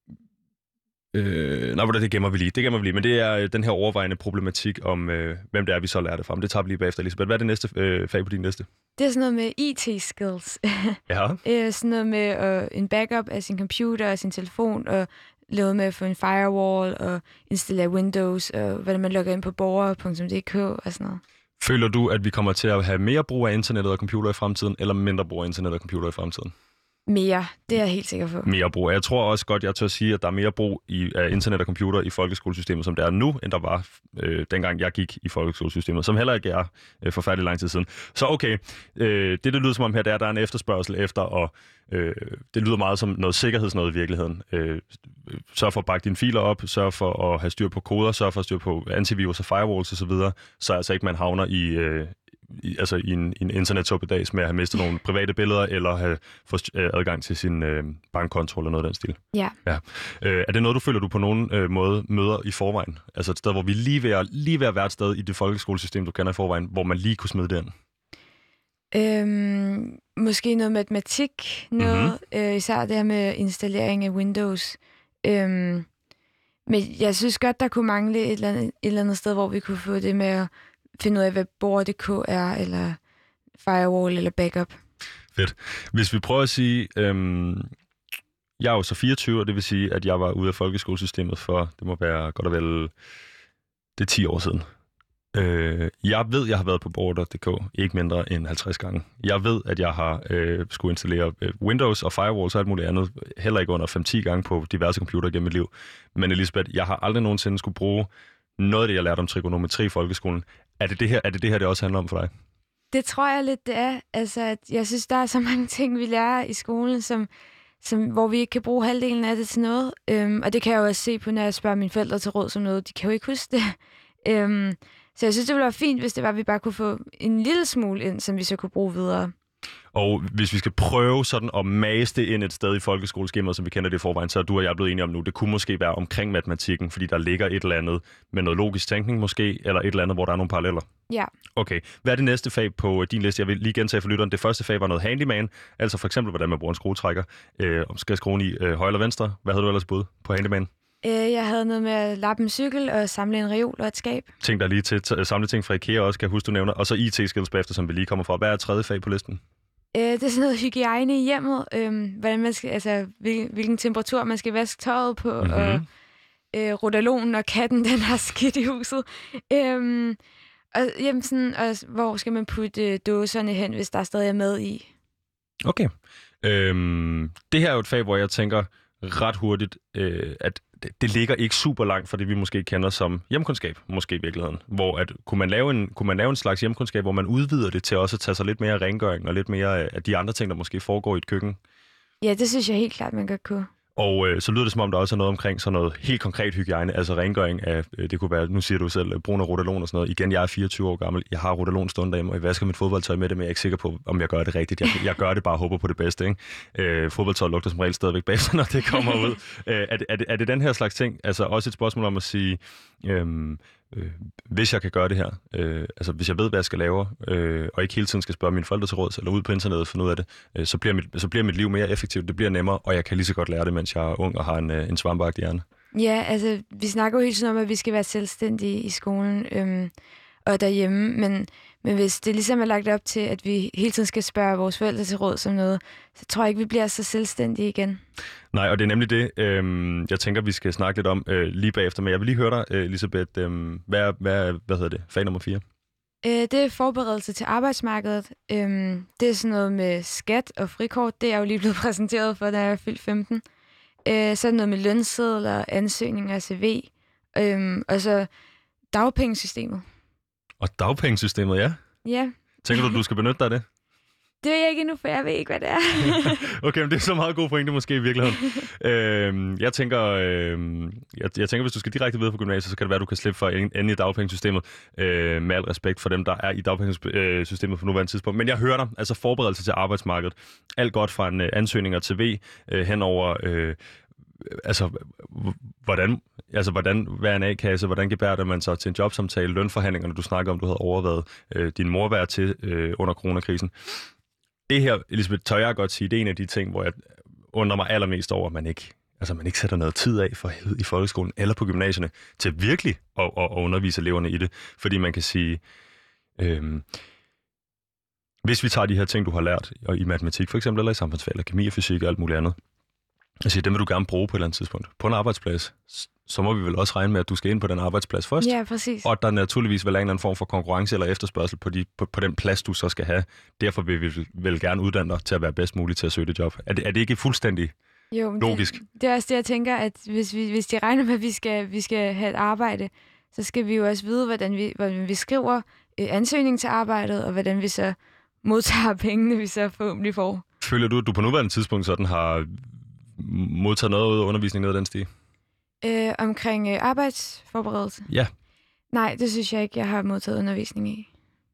øh, nej, det gemmer vi lige. Det gemmer vi lige. Men det er den her overvejende problematik om, øh, hvem det er, vi så lærer det fra. Men det tager vi lige bagefter, Elisabeth. Hvad er det næste øh, fag på din liste? Det er sådan noget med I T-skills. Ja. øh, sådan noget med øh, en backup af sin computer og sin telefon, og noget med at få en firewall, og installere Windows, og hvordan man logger ind på borger punktum d k og sådan noget. Føler du, at vi kommer til at have mere brug af internettet og computer i fremtiden, eller mindre brug af internet og computer i fremtiden? Mere, det er jeg helt sikker på. Mere brug. Jeg tror også godt, jeg tør sige, at der er mere brug i, af internet og computer i folkeskolesystemet, som det er nu, end der var øh, dengang jeg gik i folkeskolesystemet, som heller ikke er øh, forfærdelig lang tid siden. Så okay, øh, det det lyder som om her, det er, at der er en efterspørgsel efter, og øh, det lyder meget som noget sikkerhedsnoget i virkeligheden. Øh, sørg for at bakke dine filer op, sørg for at have styr på koder, sørg for at styr på antivirus og firewalls osv., så, så altså ikke man havner i... Øh, I, altså i en, i en internetsuppedags med at have mistet nogle private billeder, eller have fået øh, adgang til sin øh, bankkonto eller noget af den stil. Ja. ja. Øh, er det noget, du føler, du på nogen øh, måde møder i forvejen? Altså et sted, hvor vi lige ved at, lige ved at være et sted i det folkeskolesystem, du kender i forvejen, hvor man lige kunne smide det ind? Øhm, måske noget matematik, noget, mm-hmm. øh, især det her med installering af Windows. Øhm, men jeg synes godt, der kunne mangle et eller andet, et eller andet sted, hvor vi kunne få det med at finde ud af, hvad borger punktum d k er, eller firewall, eller backup. Fedt. Hvis vi prøver at sige, øhm, jeg er jo så fireogtyve, og det vil sige, at jeg var ude af folkeskolesystemet for, det må være godt og vel, det er ti år siden. Øh, jeg ved, jeg har været på borger punktum d k ikke mindre end halvtreds gange. Jeg ved, at jeg har øh, skulle installere øh, Windows og firewalls og alt muligt andet, heller ikke under fem til ti gange på diverse computere gennem mit liv. Men Elisabeth, jeg har aldrig nogensinde skulle bruge noget af det, jeg lærte om trigonometri i folkeskolen. Er det det her, er det, det her, det også handler om for dig? Det tror jeg lidt, det er. Altså, at jeg synes, der er så mange ting, vi lærer i skolen, som, som, hvor vi ikke kan bruge halvdelen af det til noget. Øhm, og det kan jeg jo også se på, når jeg spørger mine forældre til råd som noget. De kan jo ikke huske det. øhm, så jeg synes, det ville være fint, hvis det var, at vi bare kunne få en lille smule ind, som vi så kunne bruge videre. Og hvis vi skal prøve sådan at mase det ind et sted i folkeskoleskemaet, som vi kender det i forvejen, så er du og jeg blevet enige om nu, det kunne måske være omkring matematikken, fordi der ligger et eller andet med noget logisk tænkning måske, eller et eller andet, hvor der er nogle paralleller. Ja. Okay. Hvad er det næste fag på din liste? Jeg vil lige gentage for lytteren. Det første fag var noget handyman, altså for eksempel, hvordan man bruger en skruetrækker. Øh, om skal skruen i øh, højre eller venstre? Hvad havde du ellers bud på handyman? Øh, jeg havde noget med at lappe en cykel og samle en reol og et skab. Ting der lige til at samle ting fra IKEA også, kan jeg huske, du nævner. Og så I T-skills bagefter, som vi lige kommer fra. Hvad er tredje fag på listen? Øh, det er sådan noget hygiejne i hjemmet. Øh, hvordan man skal, altså, hvil, hvilken temperatur man skal vaske tøjet på. Mm-hmm. Og øh, rodalonen og katten, den har skidt i huset. Øh, og, jamen sådan, og hvor skal man putte øh, dåserne hen, hvis der stadig er mad i? Okay. Øhm, det her er jo et fag, hvor jeg tænker ret hurtigt, øh, at det ligger ikke super langt fra det, vi måske kender som hjemkundskab, måske i virkeligheden. Hvor at, kunne, man lave en, kunne man lave en slags hjemkundskab, hvor man udvider det til også at tage sig lidt mere af rengøring og lidt mere af de andre ting, der måske foregår i et køkken? Ja, det synes jeg helt klart, man godt kunne. Og øh, så lyder det som om, der også er noget omkring sådan noget helt konkret hygiejne, altså rengøring af, øh, det kunne være, nu siger du selv, brun af rodalon og sådan noget. Igen, jeg er fireogtyve år gammel, jeg har rodalon stående derhjemme, og jeg vasker mit fodboldtøj med det, men jeg er ikke sikker på, om jeg gør det rigtigt. Jeg, jeg gør det bare og håber på det bedste, ikke? Øh, fodboldtøj lugter som regel stadigvæk bagefter, når det kommer ud. Øh, er, det, er, det, er det den her slags ting, altså også et spørgsmål om at sige, øh, øh, hvis jeg kan gøre det her, øh, altså hvis jeg ved, hvad jeg skal lave, øh, og ikke hele tiden skal spørge mine forældre til råds, eller ud på internettet for noget af det, øh, så, bliver mit, så bliver mit liv mere effektivt, det bliver nemmere, og jeg kan lige så godt lære det, mens jeg er ung og har en, en svampagtig hjerne. Ja, altså vi snakker jo hele tiden om, at vi skal være selvstændige i skolen øhm, og derhjemme, men, men hvis det ligesom er lagt op til, at vi hele tiden skal spørge vores forældre til råd som noget, så tror jeg ikke, vi bliver så selvstændige igen. Nej, og det er nemlig det, øh, jeg tænker, vi skal snakke lidt om øh, lige bagefter, men jeg vil lige høre dig, øh, Elisabeth, øh, hvad, er, hvad, er, hvad hedder det, fag nummer fire? Øh, det er forberedelse til arbejdsmarkedet. Øhm, det er sådan noget med skat og frikort, det er jo lige blevet præsenteret for, da jeg er fyldt femten. Øh, så er det noget med lønsedler, ansøgninger og C V, øhm, og så dagpengesystemet. Og dagpengesystemet, ja? Ja. Tænker du, du skal benytte dig af det? Det ved jeg ikke endnu, for jeg ved ikke, hvad det er. Okay, men det er så meget god pointe måske i virkeligheden. øhm, jeg, tænker, øhm, jeg, jeg tænker, hvis du skal direkte videre på gymnasiet, så kan det være, at du kan slippe for at ende i dagpengesystemet. Øh, med al respekt for dem, der er i dagpengesystemet på nuværende tidspunkt. Men jeg hører dig, altså forberedelse til arbejdsmarkedet. Alt godt fra en øh, ansøgning til V øh, henover... Øh, altså, hvordan, altså, hvordan hvad er en A-kasse, hvordan gebærder man sig til en jobsamtale, lønforhandlingerne, du snakker om, du havde overvejet øh, din morvær til øh, under coronakrisen. Det her, Elisabeth, tør jeg godt sige, det er en af de ting, hvor jeg undrer mig allermest over, at man ikke, altså, man ikke sætter noget tid af for helvede i folkeskolen eller på gymnasierne til virkelig at, at, at undervise eleverne i det. Fordi man kan sige, øh, hvis vi tager de her ting, du har lært i matematik for eksempel, eller i samfundsfag, eller kemi og fysik og alt muligt andet, altså, dem vil du gerne bruge på et eller andet tidspunkt. På en arbejdsplads, så må vi vel også regne med, at du skal ind på den arbejdsplads først. Ja, præcis. Og der naturligvis vil være en eller anden form for konkurrence eller efterspørgsel på, de, på, på den plads, du så skal have. Derfor vil vi vel gerne uddanne dig til at være bedst muligt til at søge det job. Er det, er det ikke fuldstændig jo, logisk? Det, det er også det, jeg tænker, at hvis, vi, hvis de regner med, at vi skal, vi skal have et arbejde, så skal vi jo også vide, hvordan vi, hvordan vi skriver øh, ansøgning til arbejdet, og hvordan vi så modtager pengene, vi så forhåbentlig får. Føler du, at du på nuværende tidspunkt sådan har modtaget noget ud af undervisning ned ad den stige? Øh, omkring øh, arbejdsforberedelse? Ja. Nej, det synes jeg ikke, jeg har modtaget undervisning i.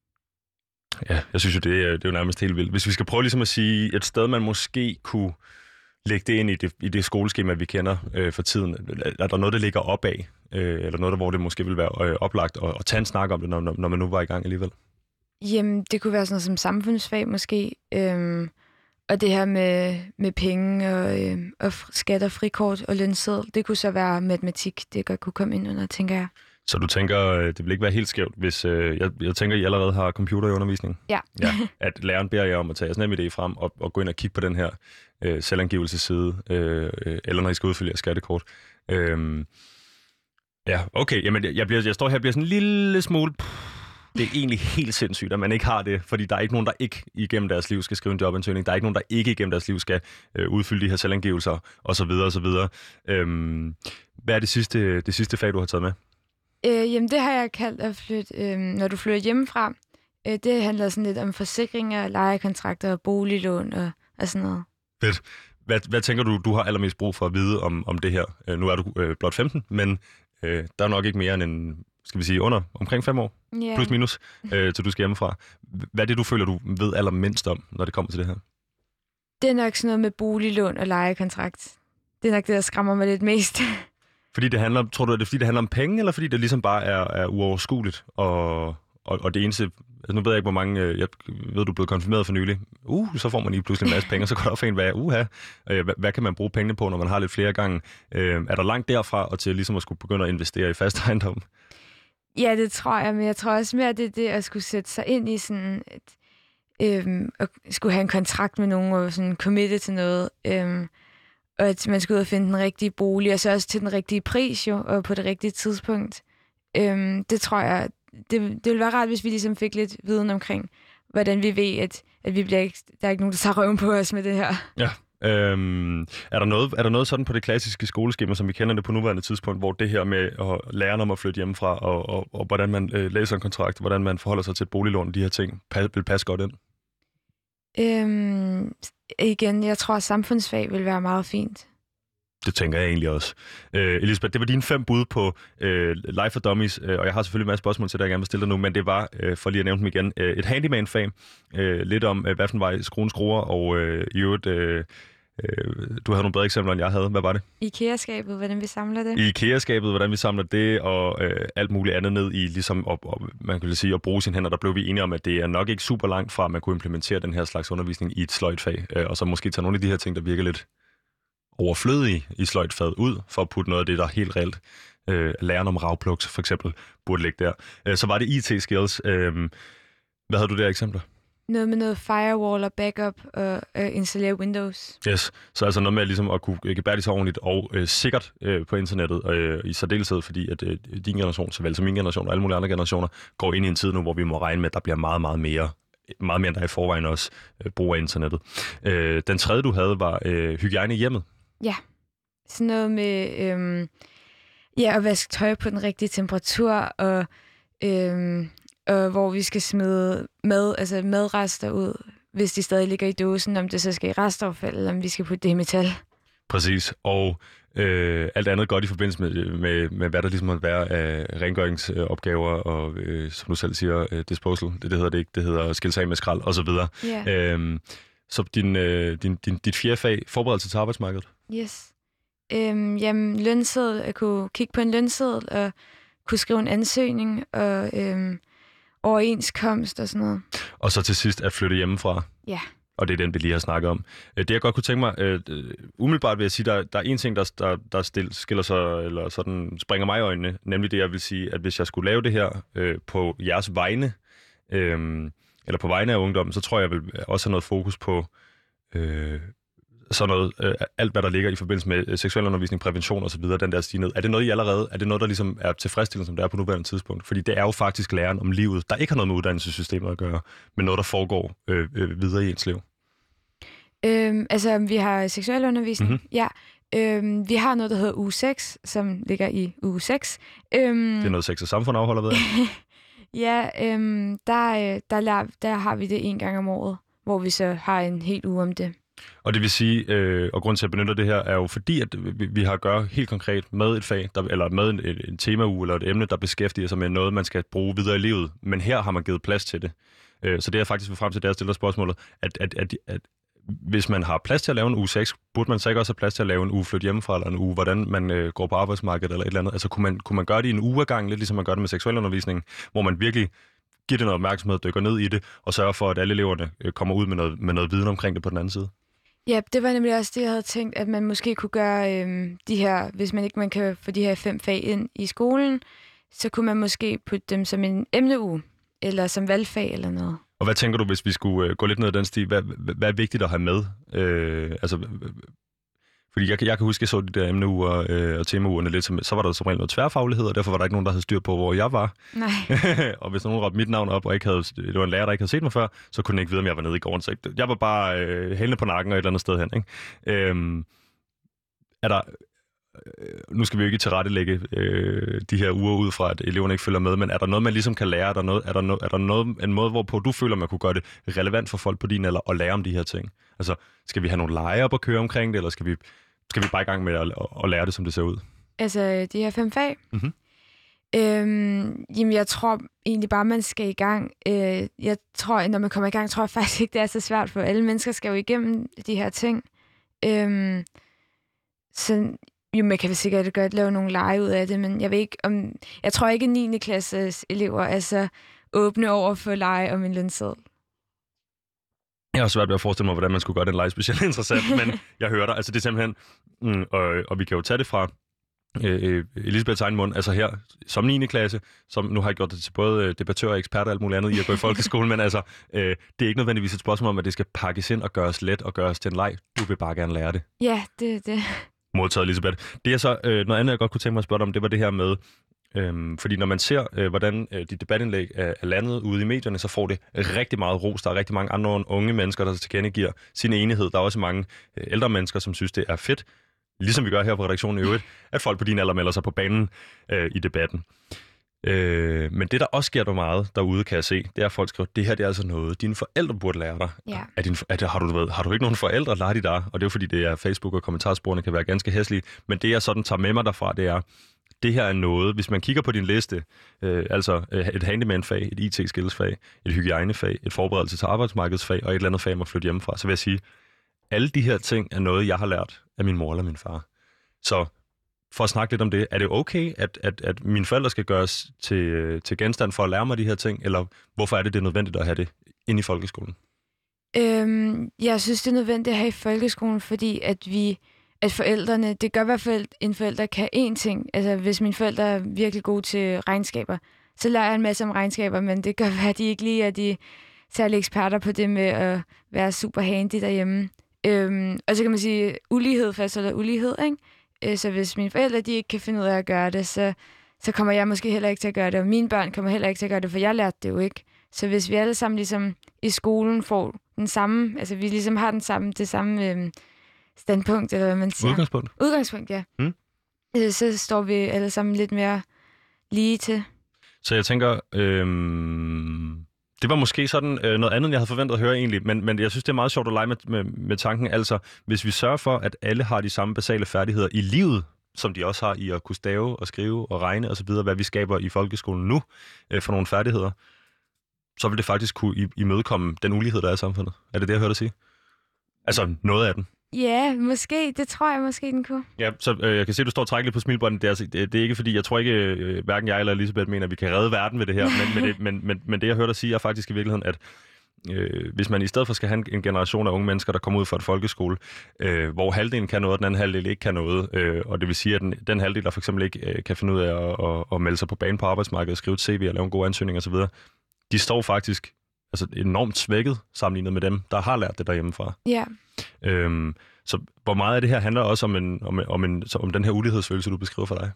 Ja, jeg synes jo, det er, det er jo nærmest helt vildt. Hvis vi skal prøve ligesom at sige, et sted, man måske kunne lægge det ind i det, i det skoleskema, vi kender øh, for tiden, er der noget, der ligger opad? Øh, eller noget, der, hvor det måske vil være øh, oplagt at, at tage en snak om det, når, når man nu var i gang alligevel? Jamen, det kunne være sådan noget som samfundsfag måske. Øhm, og det her med, med penge og, øh, og skat og frikort og lønseddel, det kunne så være matematik, det godt kunne komme ind under, tænker jeg. Så du tænker, det vil ikke være helt skævt, hvis øh, jeg, jeg tænker, I allerede har computer i undervisning? Ja. Ja. At læreren beder jer om at tage jeres NemID frem og, og gå ind og kigge på den her øh, selvangivelsesside, øh, eller når I skal udfylde jeres skattekort. Øh, ja, okay. Jamen, jeg, bliver, jeg står her og bliver sådan en lille smule... Det er egentlig helt sindssygt, at man ikke har det, fordi der er ikke nogen, der ikke igennem deres liv skal skrive en jobansøgning. Der er ikke nogen, der ikke igennem deres liv skal øh, udfylde de her selvangivelser, osv. osv. Øhm, hvad er det sidste, det sidste fag, du har taget med? Øh, jamen, det har jeg kaldt at flytte, øh, når du flytter hjemmefra. Øh, det handler sådan lidt om forsikringer, lejekontrakter og boliglån og, og sådan noget. Fedt. Hvad, hvad tænker du, du har allermest brug for at vide om, om det her? Øh, nu er du øh, blot femten, men øh, der er nok ikke mere end en... skal vi sige, under omkring fem år, yeah. plus minus, øh, til du skal hjemmefra. Hvad er det, du føler, du ved allermindst om, når det kommer til det her? Det er nok sådan noget med boliglån og lejekontrakt. Det er nok det, der skræmmer mig lidt mest. Fordi det handler, tror du, er det fordi, det handler om penge, eller fordi det ligesom bare er, er uoverskueligt? Og, og, og det eneste... Altså, nu ved jeg ikke, hvor mange... Jeg ved, du er blevet konfirmeret for nylig. Uh, så får man lige pludselig en masse penge, og så går der op for en, hvad, uha, hvad, hvad kan man bruge pengene på, når man har lidt flere gange? Øh, er der langt derfra, og til ligesom at skulle begynde at investere i fast ejendom? Ja, det tror jeg, men jeg tror også mere, det er det at skulle sætte sig ind i sådan et, øhm, at skulle have en kontrakt med nogen og sådan committe til noget, øhm, og at man skulle ud og finde den rigtige bolig, og så også til den rigtige pris jo, og på det rigtige tidspunkt. Øhm, det tror jeg, det, det ville være rart, hvis vi ligesom fik lidt viden omkring, hvordan vi ved, at, at vi bliver ikke, der er ikke nogen, der tager røven på os med det her. Ja. Øhm, er, der noget, er der noget sådan på det klassiske skoleskema, som vi kender det på nuværende tidspunkt, hvor det her med at lære om at flytte hjemmefra, og, og, og hvordan man øh, læser en kontrakt, hvordan man forholder sig til et boliglån, de her ting, pas, vil passe godt ind? Øhm, igen, jeg tror, at samfundsfag vil være meget fint. Det tænker jeg egentlig også. Øh, Elisabeth, det var dine fem bud på øh, Life for Dummies, øh, og jeg har selvfølgelig en masse spørgsmål til dig, jeg gerne vil stille dig nu, men det var, øh, for lige at nævne dem igen, øh, et handyman-fag, øh, lidt om, øh, hvad for en vej skruen skruer, og øh, i øvrigt, øh, øh, du havde nogle bedre eksempler, end jeg havde. Hvad var det? IKEA-skabet, hvordan vi samler det. I IKEA-skabet, hvordan vi samler det, og øh, alt muligt andet ned i, ligesom, og, og, man kan sige, at bruge sine hænder. Der blev vi enige om, at det er nok ikke super langt fra, at man kunne implementere den her slags undervisning i et sløjtfag, øh, og så måske tage nogle af de her ting, der virker lidt overflødige i sløjtfaget ud, for at putte noget af det, der helt reelt øh, læren om ravplugs, for eksempel, burde ligge der. Øh, så var det I T-skills. Øh, hvad havde du der eksempler? Noget med noget firewall og backup og øh, installere Windows. Yes, så altså noget med ligesom at kunne gebærde sig ordentligt og øh, sikkert øh, på internettet, øh, i særdeleshed, fordi at øh, din generation, såvel som min generation og alle mulige andre generationer, går ind i en tid nu, hvor vi må regne med, at der bliver meget, meget mere meget mere end der i forvejen også øh, brug af internettet. Øh, den tredje, du havde, var øh, hygiejne i hjemmet. Ja, sådan noget med øhm, ja, at vaske tøj på den rigtige temperatur, og, øhm, og hvor vi skal smide mad, altså madrester ud, hvis de stadig ligger i dåsen, om det så skal i restaffald, eller om vi skal putte det i metal. Præcis, og øh, alt andet godt i forbindelse med, med, med hvad der ligesom måtte være af rengøringsopgaver og, øh, som du selv siger, øh, disposal, det, det hedder det ikke, det hedder skille af med skrald osv. Yeah. Øhm, så din, øh, din, din, dit fjerde fag, forberedelse til arbejdsmarkedet? Yes. Øhm, jamen, lønseddel, at kunne kigge på en lønseddel og kunne skrive en ansøgning og øhm, overenskomst og sådan noget. Og så til sidst at flytte hjemmefra? Ja. Og det er den, vi lige har snakket om. Det jeg godt kunne tænke mig, øh, umiddelbart vil jeg sige, der, der er en ting, der, der, der stil, skiller sig, eller sådan springer mig i øjnene, nemlig det, jeg vil sige, at hvis jeg skulle lave det her øh, på jeres vegne, øh, eller på vegne af ungdommen, så tror jeg, jeg vil også have noget fokus på øh, sådan noget, øh, alt hvad der ligger i forbindelse med øh, seksualundervisning, prævention osv., den der stige ned. Er det noget, I allerede, er det noget, der ligesom er tilfredsstillende, som det er på nuværende tidspunkt? Fordi det er jo faktisk læren om livet, der ikke har noget med uddannelsessystemet at gøre, men noget, der foregår øh, øh, videre i ens liv. Øhm, altså, vi har seksualundervisning, mm-hmm. ja. Øhm, vi har noget, der hedder uge seks, som ligger i uge seks. Øhm, det er noget sex og samfund afholder, ved jeg. Ja, øhm, der, der, der, der har vi det en gang om året, hvor vi så har en hel uge om det. Og det vil sige, øh, og grund til at benytte det her, er jo fordi, at vi, vi har at gøre helt konkret med et fag, der, eller med en, en temauge eller et emne, der beskæftiger sig med noget, man skal bruge videre i livet. Men her har man givet plads til det. Øh, så det er faktisk frem til, da jeg stiller spørgsmålet, at, at, at, at hvis man har plads til at lave en uge seks, burde man så ikke også have plads til at lave en uge flyt hjemmefra, eller en uge, hvordan man øh, går på arbejdsmarkedet, eller et eller andet. Altså kunne man, kunne man gøre det i en uge ad gang, lidt ligesom man gør det med seksualundervisning, hvor man virkelig giver det noget opmærksomhed, dykker ned i det, og sørger for, at alle eleverne øh, kommer ud med noget, med noget viden omkring det på den anden side? Ja, det var nemlig også det, jeg havde tænkt, at man måske kunne gøre øhm, de her, hvis man ikke man kan få de her fem fag ind i skolen, så kunne man måske putte dem som en emneuge, eller som valgfag eller noget. Og hvad tænker du, hvis vi skulle øh, gå lidt ned ad den sti? Hvad, hvad er vigtigt at have med? Øh, altså, fordi jeg, jeg kan huske, at jeg så de der emneuger øh, og temaugerne lidt, som, så var der som regel noget tværfaglighed, og derfor var der ikke nogen, der havde styr på, hvor jeg var. Nej. Og hvis nogen råbte mit navn op, og ikke havde, det var en lærer, der ikke havde set mig før, så kunne den ikke vide, om jeg var nede i gården. Så jeg var bare øh, hælende på nakken og et eller andet sted hen. Ikke? Øh, er der... Nu skal vi jo ikke tilrettelægge øh, de her uger ud fra, at eleverne ikke følger med, men er der noget, man ligesom kan lære? Er der, noget, er der, no, er der noget, en måde, hvorpå du føler, man kunne gøre det relevant for folk på din alder at lære om de her ting? Altså, skal vi have nogle lege op og køre omkring det, eller skal vi, skal vi bare i gang med at, at lære det, som det ser ud? Altså, de her fem fag? Mm-hmm. Øhm, jamen, jeg tror egentlig bare, man skal i gang. Øh, jeg tror, når man kommer i gang, tror jeg faktisk ikke, det er så svært, for alle mennesker skal jo igennem de her ting. Øhm, så... Jo, man kan sikkert godt lave nogle lege ud af det, men jeg ved ikke om... Jeg tror ikke, at niende klasses elever er så åbne over for lege om en lønseddel. Jeg har svært ved at forestille mig, hvordan man skulle gøre den lege specielt interessant, men jeg hører dig. Altså, det er simpelthen... Mm, og, og vi kan jo tage det fra øh, Elisabeths egen mund. Altså her, som niende klasse, som nu har jeg gjort det til både debattører og eksperter og alt muligt andet i at gå i folkeskolen, men altså, øh, det er ikke nødvendigvis et spørgsmål om, at det skal pakkes ind og gøres let og gøres til en leg. Du vil bare gerne lære det. Ja, det er det. Modtaget, Elisabeth. Det er så øh, noget andet, jeg godt kunne tænke mig at spørge dig om, det var det her med, øhm, fordi når man ser, øh, hvordan øh, de debatindlæg er, er landet ude i medierne, så får det rigtig meget ros. Der er rigtig mange andre unge mennesker, der tilkendegiver sin enighed. Der er også mange øh, ældre mennesker, som synes, det er fedt, ligesom vi gør her på redaktionen i øvrigt, at folk på din alder melder sig på banen øh, i debatten. Øh, men det, der også sker der meget derude, kan jeg se, det er, at folk skriver, det her det er altså noget, dine forældre burde lære dig. Ja. Er din, er det, har, du, ved, har du ikke nogen forældre, lærer de dig? Og det er jo fordi, det er Facebook og kommentarsporene kan være ganske hæslige. Men det, jeg sådan tager med mig derfra, det er, det her er noget, hvis man kigger på din liste, øh, altså øh, et handyman-fag, et I T-skillsfag, et hygiejnefag, et forberedelse til arbejdsmarkedsfag og et eller andet fag, man flytte hjemmefra, så vil jeg sige, alle de her ting er noget, jeg har lært af min mor eller min far. Så for at snakke lidt om det, er det okay, at, at, at mine forældre skal gøres til, til genstand for at lære mig de her ting, eller hvorfor er det, det er nødvendigt at have det inde i folkeskolen? Øhm, jeg synes, det er nødvendigt at have i folkeskolen, fordi at vi, at forældrene, det gør i hvert fald, en forælder kan én ting. Altså, hvis mine forældre er virkelig gode til regnskaber, så lærer jeg en masse om regnskaber, men det gør, at de ikke lige er de særlige eksperter på det med at være super handy derhjemme. Øhm, og så kan man sige, ulighed fastholder ulighed, ikke? Så hvis mine forældre de ikke kan finde ud af at gøre det, så, så kommer jeg måske heller ikke til at gøre det, og mine børn kommer heller ikke til at gøre det, for jeg lærte det jo ikke. Så hvis vi alle sammen ligesom i skolen får den samme, altså vi ligesom har den samme, det samme øhm, standpunkt, eller hvad man siger. Udgangspunkt. Udgangspunkt, ja. Mm. Så står vi alle sammen lidt mere lige til. Så jeg tænker, øhm, Det var måske sådan øh, noget andet, jeg havde forventet at høre egentlig, men, men jeg synes, det er meget sjovt at lege med, med, med tanken. Altså, hvis vi sørger for, at alle har de samme basale færdigheder i livet, som de også har i at kunne stave og skrive og regne osv., hvad vi skaber i folkeskolen nu øh, for nogle færdigheder, så vil det faktisk kunne imødekomme den ulighed, der er i samfundet. Er det det, jeg hørte dig sige? Altså, noget af den. Ja, måske. Det tror jeg måske, den kunne. Ja, så øh, jeg kan se, at du står og trækker lidt på smilbåndet. Det er, altså, det, det er ikke fordi, jeg tror ikke, øh, hverken jeg eller Elisabeth mener, at vi kan redde verden ved det her. Men, men, det, men, men, men det, jeg hørte dig sige, er faktisk i virkeligheden, at øh, hvis man i stedet for skal have en, en generation af unge mennesker, der kommer ud fra et folkeskole, øh, hvor halvdelen kan noget, og den anden halvdel ikke kan noget, øh, og det vil sige, at den, den halvdel, der for eksempel ikke øh, kan finde ud af at, at, at melde sig på banen på arbejdsmarkedet, skrive et C V og lave en god ansøgning osv., de står faktisk altså, enormt svækket sammenlignet med dem, der har lært det derhjemmefra. Ja. Øhm, så hvor meget af det her handler også om, en, om, om, en, om den her ulighedsfølelse, du beskriver for dig?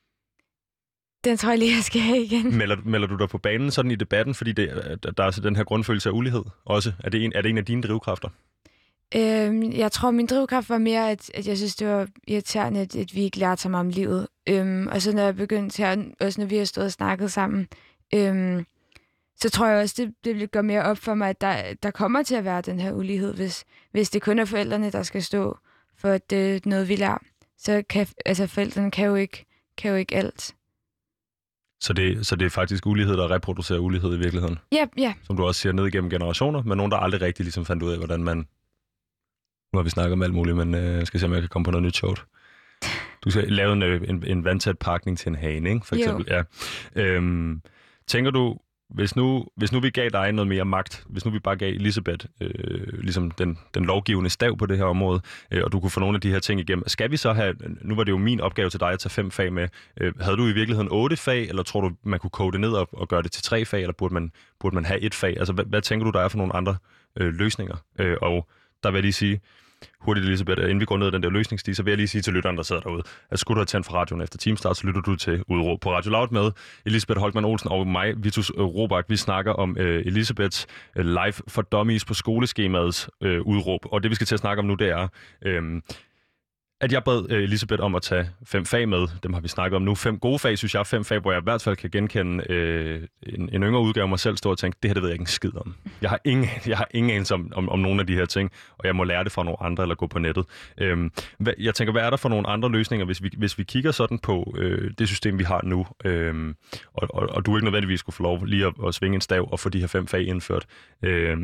Den tror jeg lige, jeg skal have igen. Melder, melder du dig på banen sådan i debatten, fordi det, der er altså den her grundfølelse af ulighed også? Er det en, er det en af dine drivkræfter? Øhm, jeg tror, min drivkraft var mere, at, at jeg synes, det var irriterende, at, at vi ikke lærte så meget om livet. Øhm, og så når jeg begyndte her, også når vi har stået og snakket sammen, øhm, så tror jeg også, det, det vil gøre mere op for mig, at der, der kommer til at være den her ulighed, hvis, hvis det kun er forældrene, der skal stå for, at det er noget, vi lærer. Så kan altså, forældrene kan jo ikke, kan jo ikke alt. Så det, så det er faktisk ulighed, der reproducerer ulighed i virkeligheden? Ja, ja. Som du også siger, ned igennem generationer, men nogen, der aldrig rigtig ligesom fandt ud af, hvordan man... Nu har vi snakket om alt muligt, men øh, jeg skal se, om jeg kan komme på noget nyt sjovt. Du skal lave en, en, en vandtæt pakning til en hane, ikke? For eksempel. Jo. Ja. Øhm, tænker du, Hvis nu, hvis nu vi gav dig noget mere magt, hvis nu vi bare gav Elisabeth øh, ligesom den, den lovgivende stav på det her område, øh, og du kunne få nogle af de her ting igennem, skal vi så have, nu var det jo min opgave til dig at tage fem fag med, øh, havde du i virkeligheden otte fag, eller tror du, man kunne kode det ned og, og gøre det til tre fag, eller burde man, burde man have et fag? Altså, hvad, hvad tænker du, der er for nogle andre øh, løsninger? Øh, og der vil jeg lige sige, hurtigt, Elisabeth, inden vi går ned ad den der løsningsstige, så vil jeg lige sige til lytteren, der sidder derude, at skulle du have tændt for radioen efter Teamstart, så lytter du til Udråb på Radio Loud med Elisabeth Holtmann Olsen og mig, Vitus Robak. Vi snakker om øh, Elisabeths øh, live for dummies på skoleskemaets øh, udråb. Og det, vi skal til at snakke om nu, det er... Øh, at jeg bad øh, Elisabeth om at tage fem fag med. Dem har vi snakket om nu. Fem gode fag, synes jeg. Fem fag, hvor jeg i hvert fald kan genkende øh, en, en yngre udgave af mig selv, stå og tænke, det her det ved jeg ikke en skid om. Jeg har ingen, jeg har ingen anelse om, om, om nogle af de her ting, og jeg må lære det fra nogle andre eller gå på nettet. Øhm, hvad, jeg tænker, hvad er der for nogle andre løsninger, hvis vi, hvis vi kigger sådan på øh, det system, vi har nu, øh, og, og, og du ikke nødvendigvis skulle få lov lige at, at svinge en stav og få de her fem fag indført. Øh,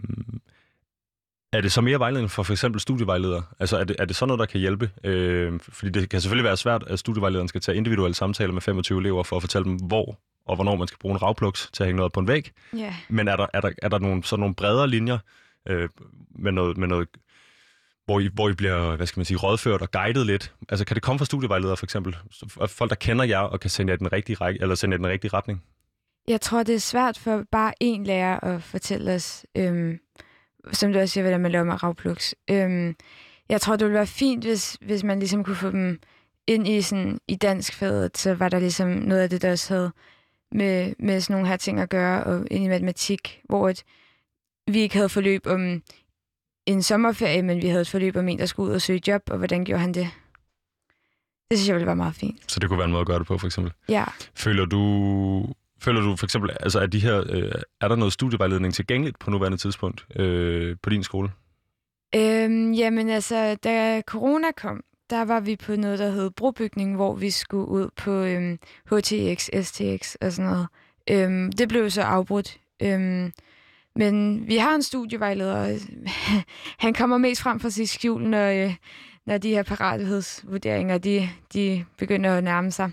Er det så mere vejledning for for eksempel studievejledere? Altså er det, er det sådan noget, der kan hjælpe? Øh, fordi det kan selvfølgelig være svært, at studievejlederen skal tage individuelle samtaler med femogtyve elever for at fortælle dem, hvor og hvornår man skal bruge en ravpluks til at hænge noget på en væg. Yeah. Men er der, er der, er der nogle, sådan nogle bredere linjer øh, med noget, med noget hvor, I, hvor I bliver, hvad skal man sige, rådført og guidet lidt? Altså kan det komme fra studievejledere for eksempel? Folk, der kender jer og kan sende jer den rigtige, række, eller sende jer den rigtige retning? Jeg tror, det er svært for bare én lærer at fortælle os... Øhm som du også siger, hvordan man laver med ravpluks. Øhm, jeg tror, det ville være fint, hvis, hvis man ligesom kunne få dem ind i, sådan, i danskfaget, så var der ligesom noget af det, der også havde med, med sådan nogle her ting at gøre, og ind i matematik, hvor et, vi ikke havde forløb om en sommerferie, men vi havde et forløb om en, der skulle ud og søge job, og hvordan gjorde han det? Det synes jeg ville være meget fint. Så det kunne være en måde at gøre det på, for eksempel? Ja. Føler du... Føler du for eksempel, altså er, de her, øh, er der noget studievejledning tilgængeligt på nuværende tidspunkt øh, på din skole? Øhm, jamen altså, da corona kom, der var vi på noget, der hed brobygning, hvor vi skulle ud på øhm, H T X, S T X og sådan noget. Øhm, det blev så afbrudt. Øhm, men vi har en studievejleder, han kommer mest frem fra sit skjul, når, øh, når de her parathedsvurderinger, de, de begynder at nærme sig.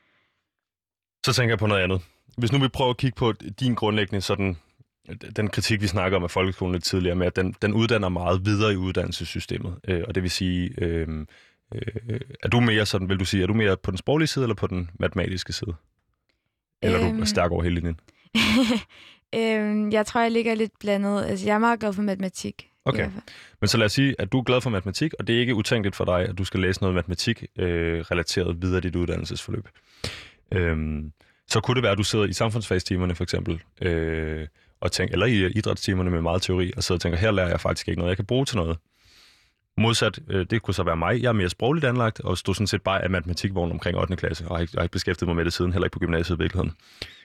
Så tænker jeg på noget andet. Hvis nu vi prøver at kigge på din grundlæggende sådan, den kritik, vi snakker om af folkeskolen lidt tidligere, med at den, den uddanner meget videre i uddannelsessystemet. Øh, og det vil sige, øh, øh, er du mere sådan, vil du sige, er du mere på den sproglige side eller på den matematiske side? Eller øhm... er du stærk over hele linjen? øhm, jeg tror, jeg ligger lidt blandet. Altså, jeg er meget glad for matematik. Okay, men så lad os sige, at du er glad for matematik, og det er ikke utænkeligt for dig, at du skal læse noget matematik øh, relateret videre i dit uddannelsesforløb. Øhm, så kunne det være, at du sidder i samfundsfagstimerne for eksempel, øh, og tænker, eller i idrætstimerne med meget teori, og sidder og tænker, her lærer jeg faktisk ikke noget, jeg kan bruge til noget. Modsat, øh, det kunne så være mig. Jeg er mere sprogligt anlagt, og stod sådan set bare af matematikvognen omkring ottende klasse, og har ikke, jeg har ikke beskæftiget mig med det siden, heller ikke på gymnasiet i virkeligheden.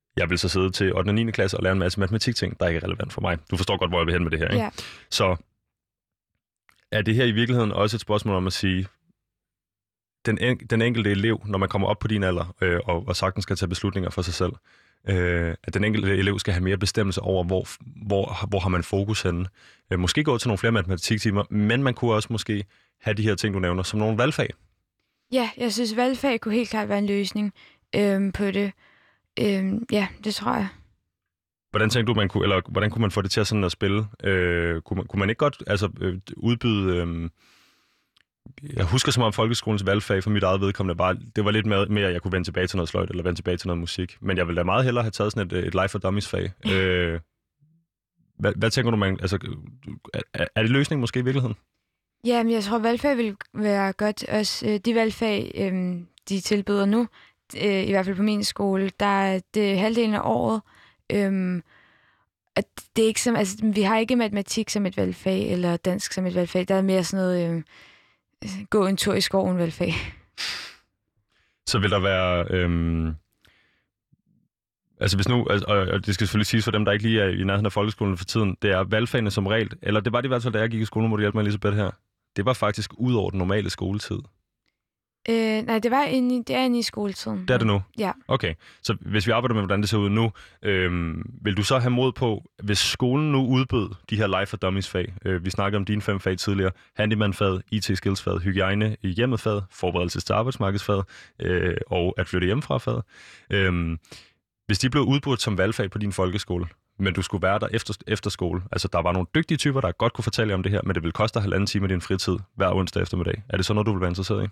jeg vil så sidde til ottende og niende klasse og lære en masse matematikting, der ikke er relevant for mig. Du forstår godt, hvor jeg vil hen med det her, ikke? Ja. Så er det her i virkeligheden også et spørgsmål om at sige, den, en, den enkelte elev, når man kommer op på din alder, øh, og, og sagtens skal tage beslutninger for sig selv, øh, at den enkelte elev skal have mere bestemmelse over, hvor, hvor, hvor har man fokus henne. Øh, måske gå til nogle flere matematiktimer, men man kunne også måske have de her ting, du nævner, som nogle valgfag. Ja, jeg synes, valgfag kunne helt klart være en løsning øhm, på det. Øhm, ja, det tror jeg. Hvordan tænkte du, man kunne, eller hvordan kunne man få det til at sådan at spille? Øh, kunne, man, kunne man ikke godt altså, øh, udbyde... Øh, jeg husker som om folkeskolens valgfag for mit eget vedkommende bare, det var lidt mere, mere, at jeg kunne vende tilbage til noget sløjt, eller vende tilbage til noget musik. Men jeg ville da meget hellere have taget sådan et, et Life for Dummies-fag. øh, hvad, hvad tænker du, man... Altså, er, er det løsningen måske i virkeligheden? Ja, men jeg tror, valgfag vil være godt. Også de valgfag, øhm, de tilbyder nu, øh, i hvert fald på min skole, der er det halvdelen af året. Øhm, at det er ikke som, altså, vi har ikke matematik som et valgfag, eller dansk som et valgfag. Der er mere sådan noget, øh, gå en tur i skoven valgfag. Så vil der være... Øhm, altså hvis nu, altså, og det skal selvfølgelig siges for dem, der ikke lige er i nærheden af folkeskolen for tiden, det er valgfagene som regel, eller det var det i hvert fald, da jeg gik i skole, må du hjælpe mig, Elisabeth, her. Det var faktisk ud over den normale skoletid. Øh, nej, det var inde i, det er inde i skoletiden. Det er det nu? Ja. Okay, så hvis vi arbejder med, hvordan det ser ud nu, øhm, vil du så have mod på, hvis skolen nu udbød de her Life for Dummies-fag, øh, vi snakkede om dine fem fag tidligere, handyman-faget, I T-skills-faget, hygiejne i hjemmet-faget, forberedelse til arbejdsmarkedsfaget øh, og at flytte hjemmefra-faget. Øh, hvis de blev udbudt som valgfag på din folkeskole, men du skulle være der efter, efter skole, altså der var nogle dygtige typer, der godt kunne fortælle om det her, men det ville koste dig halvanden time af din fritid hver onsdag eftermiddag. Er det så noget, du vil være interesseret i?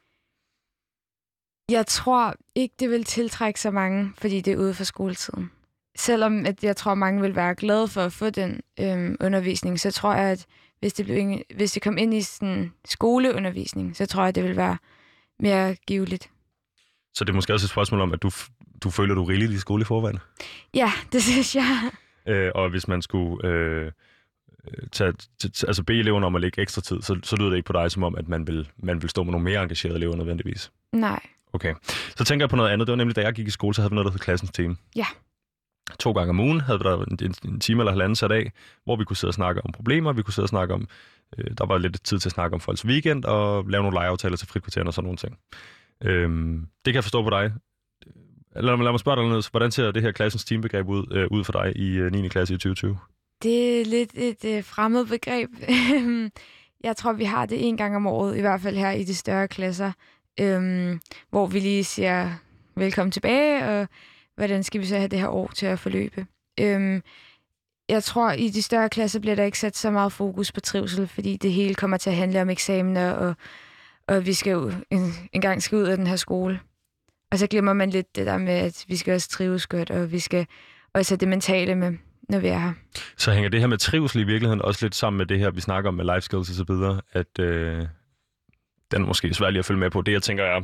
Jeg tror ikke, det vil tiltrække så mange, fordi det er ude for skoletiden. Selvom at jeg tror, mange vil være glade for at få den øhm, undervisning, så tror jeg, at hvis det, blev, hvis det kom ind i sådan skoleundervisning, så tror jeg, at det vil være mere giveligt. Så det er måske også et spørgsmål om, at du, du føler, du er rigeligt i skole i forvejen? Ja, det synes jeg. Øh, og hvis man skulle øh, tage, tage, altså bede eleverne om at lægge ekstra tid, så, så lyder det ikke på dig som om, at man vil, man vil stå med nogle mere engagerede elever nødvendigvis? Nej. Okay. Så tænker jeg på noget andet. Det var nemlig, da jeg gik i skole, så havde vi noget, der hed klassens time. Ja. To gange om ugen havde vi der en, en, en time eller halvanden sat af, hvor vi kunne sidde og snakke om problemer, vi kunne sidde og snakke om, øh, der var lidt tid til at snakke om folks weekend, og lave nogle legeaftaler til frikvartererne og sådan nogle ting. Øhm, det kan jeg forstå på dig. Lad mig, lad mig spørge dig noget. Hvordan ser det her klassens teambegreb ud, øh, ud for dig i øh, niende klasse i tyve tyve? Det er lidt et øh, fremmed begreb. Jeg tror, vi har det en gang om året, i hvert fald her i de større klasser, øhm, hvor vi lige siger velkommen tilbage, og hvordan skal vi så have det her år til at forløbe. Øhm, jeg tror, i de større klasser bliver der ikke sat så meget fokus på trivsel, fordi det hele kommer til at handle om eksamener, og, og vi skal jo en, en gang skal ud af den her skole. Og så glemmer man lidt det der med, at vi skal også trives godt, og vi skal også have det mentale med, når vi er her. Så hænger det her med trivsel i virkeligheden også lidt sammen med det her, vi snakker om med life skills og så videre, at øh, den er måske svært lige at følge med på. Det, jeg tænker er,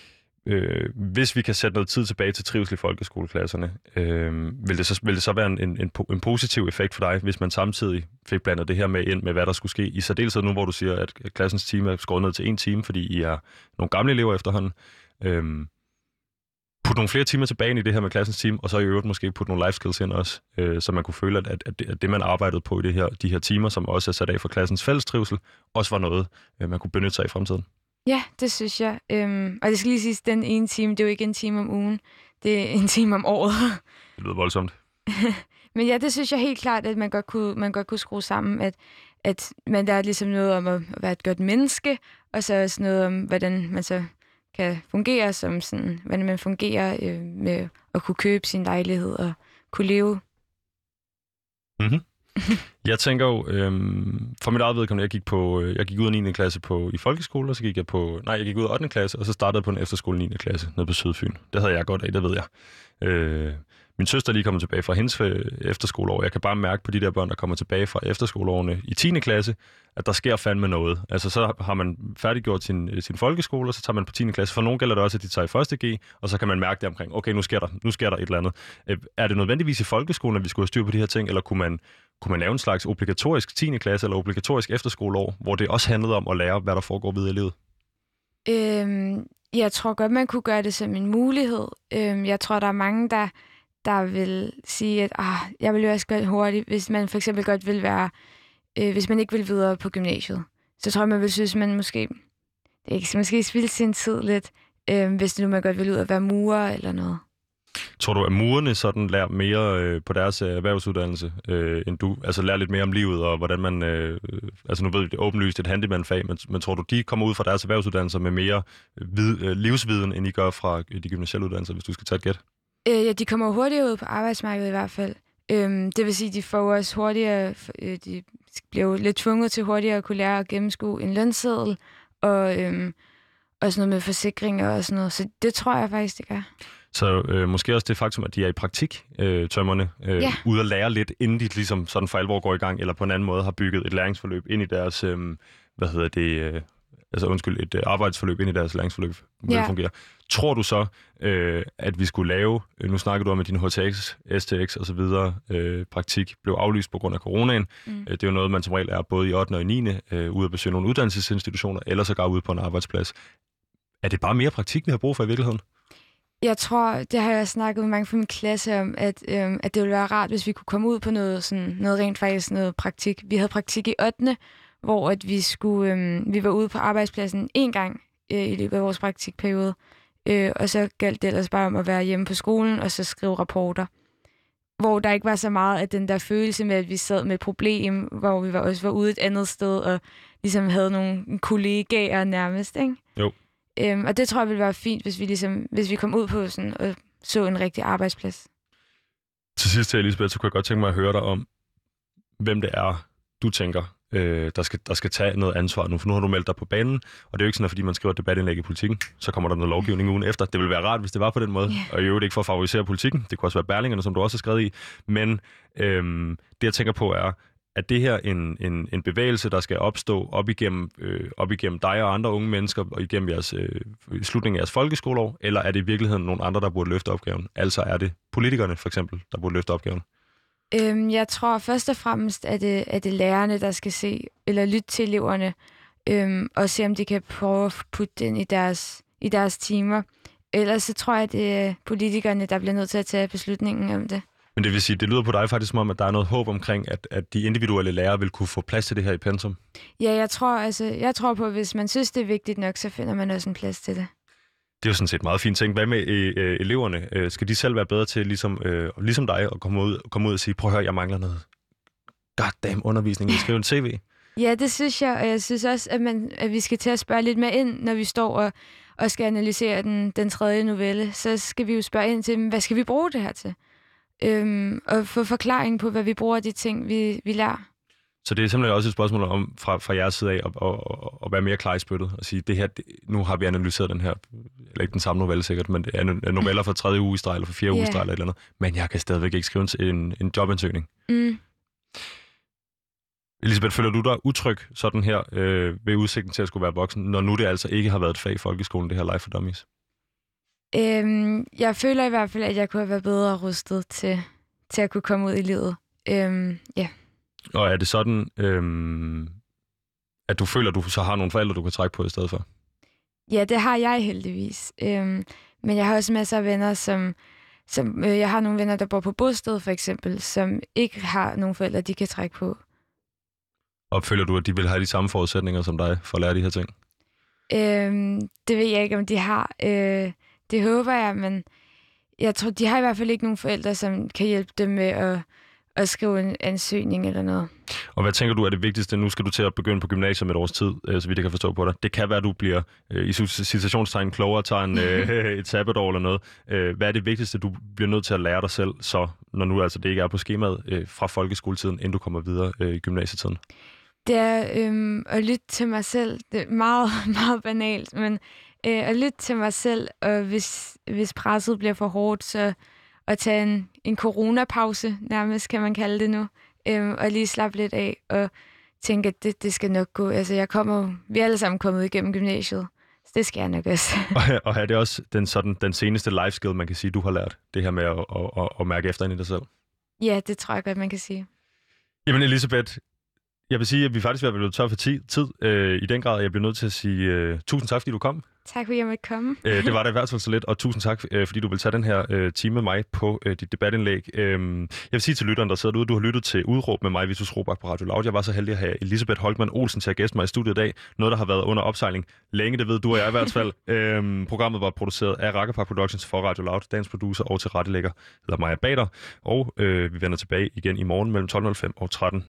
øh, hvis vi kan sætte noget tid tilbage til trivsel i folkeskoleklasserne, øh, vil, det så, vil det så være en, en, en positiv effekt for dig, hvis man samtidig fik blandet det her med ind med, hvad der skulle ske? I særdeleshed nu, hvor du siger, at klassens time er skåret ned til en time, fordi I er nogle gamle elever efterhånden. Øh, Put nogle flere timer tilbage i det her med klassens team, og så i øvrigt måske putte nogle life skills ind også, øh, så man kunne føle, at, at, at, det, at det, man arbejdede på i det her, de her timer, som også er sat af for klassens fælles trivsel, også var noget, øh, man kunne benytte sig i fremtiden. Ja, det synes jeg. Øhm, og det skal lige siges, den ene time, det er jo ikke en time om ugen, det er en time om året. Det lyder voldsomt. Men ja, det synes jeg helt klart, at man godt kunne, man godt kunne skrue sammen, at, at man der er ligesom noget om at være et godt menneske, og så også noget om, hvordan man så kan fungere som sådan, hvordan man fungerer øh, med at kunne købe sin lejlighed og kunne leve. Mm-hmm. Jeg tænker jo, øhm, for mit eget vedkommende, jeg gik på, jeg gik ud af niende klasse på, i folkeskole, og så gik jeg på, nej, jeg gik ud af ottende klasse, og så startede jeg på en efterskole niende klasse nede på Sydfyn. Det havde jeg godt af, det ved jeg. Øh, min søster er lige kommet tilbage fra hendes efterskoleår. Jeg kan bare mærke på de der børn, der kommer tilbage fra efterskoleårene i tiende klasse, at der sker fandme noget. Altså så har man færdiggjort sin, sin folkeskole, og så tager man på tiende klasse. For nogen gælder det også, at de tager i første G, og så kan man mærke det omkring, okay, nu sker der, nu sker der et eller andet. Er det nødvendigvis i folkeskolen, at vi skulle have styr på de her ting, eller kunne man, kunne man lave en slags obligatorisk tiende klasse eller obligatorisk efterskoleår, hvor det også handlede om at lære, hvad der foregår videre i livet? Øhm, jeg tror godt, man kunne gøre det som en mulighed. Øhm, jeg tror, der er mange, der der vil sige, at ah, jeg vil jo også godt hurtigt, hvis man for eksempel godt vil være, øh, hvis man ikke vil videre på gymnasiet, så tror jeg, man vil synes, man måske, det er ikke, måske spilde sin tid lidt, øh, hvis nu man godt vil ud og være murer eller noget. Tror du, at murerne sådan lærer mere øh, på deres erhvervsuddannelse, øh, end du? Altså lærer lidt mere om livet, og hvordan man... Øh, altså nu ved vi, det er åbenlyst et handyman-fag, men, men tror du, de kommer ud fra deres erhvervsuddannelser med mere vid, øh, livsviden, end I gør fra de gymnasiale uddannelser, hvis du skal tage et gæt? Øh, ja, de kommer hurtigere ud på arbejdsmarkedet i hvert fald. Øhm, det vil sige, at de får også hurtigere... Øh, de bliver jo lidt tvunget til hurtigere at kunne lære at gennemskue en lønseddel, og øhm, også noget med forsikringer og sådan noget. Så det tror jeg faktisk, det gør. Så øh, måske også det faktum, at de er i praktik, øh, tømmerne, øh, ja. ude at lære lidt, inden de ligesom sådan for alvor går i gang, eller på en anden måde har bygget et læringsforløb ind i deres, øh, hvad hedder det, øh, altså undskyld, et øh, arbejdsforløb ind i deres læringsforløb, hvordan ja. det fungerer. Tror du så, øh, at vi skulle lave, øh, nu snakker du om, at din H T X, S T X og så videre, øh, praktik blev aflyst på grund af coronaen. Mm. Øh, det er jo noget, man som regel er både i ottende og i niende øh, ude at besøge nogle uddannelsesinstitutioner, eller så går ud på en arbejdsplads. Er det bare mere praktik, vi har brug for i virkeligheden? Jeg tror, det har jeg snakket med mange fra min klasse om, at, øhm, at det ville være rart, hvis vi kunne komme ud på noget, sådan, noget rent faktisk noget praktik. Vi havde praktik i ottende, hvor at vi, skulle, øhm, vi var ude på arbejdspladsen en gang øh, i løbet af vores praktikperiode, øh, og så galt det ellers bare om at være hjemme på skolen og så skrive rapporter. Hvor der ikke var så meget af den der følelse med, at vi sad med et problem, hvor vi var, også var ude et andet sted og ligesom havde nogle kollegaer nærmest, ikke? Jo. Øhm, og det tror jeg ville være fint, hvis vi, ligesom, hvis vi kom ud på sådan, og så en rigtig arbejdsplads. Til sidst til Elisabeth, så kunne jeg godt tænke mig at høre dig om, hvem det er, du tænker, øh, der, skal, der skal tage noget ansvar nu. For nu har du meldt dig på banen, og det er jo ikke sådan, at fordi man skriver et debatindlæg i Politikken, så kommer der noget lovgivning ugen efter. Det ville være rart, hvis det var på den måde. Yeah. Og i øvrigt ikke for at favorisere Politikken. Det kunne også være Berlingerne, som du også har skrevet i. Men øh, det, jeg tænker på, er, er det her en, en, en bevægelse, der skal opstå op igennem, øh, op igennem dig og andre unge mennesker, og igennem jeres, øh, slutningen af jeres folkeskoleår, eller er det i virkeligheden nogle andre, der burde løfte opgaven? Altså er det politikerne, for eksempel, der burde løfte opgaven? Øhm, jeg tror først og fremmest, at det, at det lærerne, der skal se, eller lytte til eleverne, øhm, og se, om de kan prøve at putte den i deres, i deres timer. Ellers så tror jeg, at det er politikerne, der bliver nødt til at tage beslutningen om det. Men det vil sige, det lyder på dig faktisk som om, at der er noget håb omkring, at, at de individuelle lærere vil kunne få plads til det her i pensum? Ja, jeg tror, altså, jeg tror på, at hvis man synes, det er vigtigt nok, så finder man også en plads til det. Det er jo sådan set meget fint ting. Hvad med øh, eleverne? Øh, skal de selv være bedre til, ligesom, øh, ligesom dig, at komme ud, komme ud og sige, prøv at høre, jeg mangler noget goddamn undervisning, jeg skriver en C V? Ja, det synes jeg, og jeg synes også, at, man, at vi skal til at spørge lidt mere ind, når vi står og, og skal analysere den, den tredje novelle. Så skal vi jo spørge ind til, hvad skal vi bruge det her til? Øhm, og få forklaring på, hvad vi bruger de ting, vi, vi lærer. Så det er simpelthen også et spørgsmål om, fra, fra jeres side af, at, at, at være mere klar i spyttet og sige, det her, det, nu har vi analyseret den her, eller ikke den samme novelle sikkert, men det er noveller fra tredje uge i streg, eller fra fjerde uge i streg, eller et eller andet, men jeg kan stadigvæk ikke skrive en, en jobansøgning. Mm. Elisabeth, føler du dig utryg sådan her øh, ved udsigten til at skulle være voksen, når nu det altså ikke har været et fag i folkeskolen, det her Life for Dummies? Øhm, jeg føler i hvert fald, at jeg kunne have været bedre rustet til, til at kunne komme ud i livet. Øhm, ja. Og er det sådan, øhm, at du føler, at du så har nogle forældre, du kan trække på i stedet for? Ja, det har jeg heldigvis. Øhm, men jeg har også masser af venner, som... som øh, jeg har nogle venner, der bor på bosted, for eksempel, som ikke har nogen forældre, de kan trække på. Og føler du, at de vil have de samme forudsætninger som dig for at lære de her ting? Øhm, det ved jeg ikke, om de har. Øh, det håber jeg, men jeg tror, de har i hvert fald ikke nogen forældre, som kan hjælpe dem med at, at skrive en ansøgning eller noget. Og hvad tænker du er det vigtigste? Nu skal du til at begynde på gymnasiet med et års tid, så vidt jeg kan forstå på dig. Det kan være, at du bliver øh, i citationstegn klogere, tager en, øh, et sabbatår eller noget. Øh, hvad er det vigtigste, du bliver nødt til at lære dig selv, så når nu altså det ikke er på skemaet øh, fra folkeskoletiden, inden du kommer videre øh, i gymnasietiden? Det er øhm, at lytte til mig selv. Det er meget, meget banalt, men øh, at lytte til mig selv, og hvis, hvis presset bliver for hårdt, så at tage en, en coronapause, nærmest kan man kalde det nu, øhm, og lige slappe lidt af, og tænke, at det, det skal nok gå. Altså, jeg kommer, vi er alle sammen kommet igennem gymnasiet, så det skal jeg nok også. og, og er det også den, sådan, den seneste life skill, man kan sige, du har lært, det her med at, at, at, at mærke efter ind i dig selv? Ja, det tror jeg godt, man kan sige. Jamen Elisabeth, Jeg vil sige, at vi faktisk er blevet tør for ti- tid øh, i den grad. Jeg bliver nødt til at sige øh, tusind tak, fordi du kom. Tak fordi jeg måtte komme. øh, det var det i hvert fald så lidt, og tusind tak, øh, fordi du vil tage den her øh, time med mig på øh, dit debatindlæg. Øh, jeg vil sige til lytteren, der sidder derude, du har lyttet til Udråb med mig, Vitus Robak på Radio Loud. Jeg var så heldig at have Elisabeth Holkmann Olsen til at gæste mig i studiet i dag. Noget, der har været under opsejling længe, det ved du og jeg i hvert fald. øh, programmet var produceret af Rakkerpark Productions for Radio Loud. Dagens producer og tilrettelægger hedder Maja Bader. Og øh, vi vender tilbage igen i morgen mellem tolv nul fem og tretten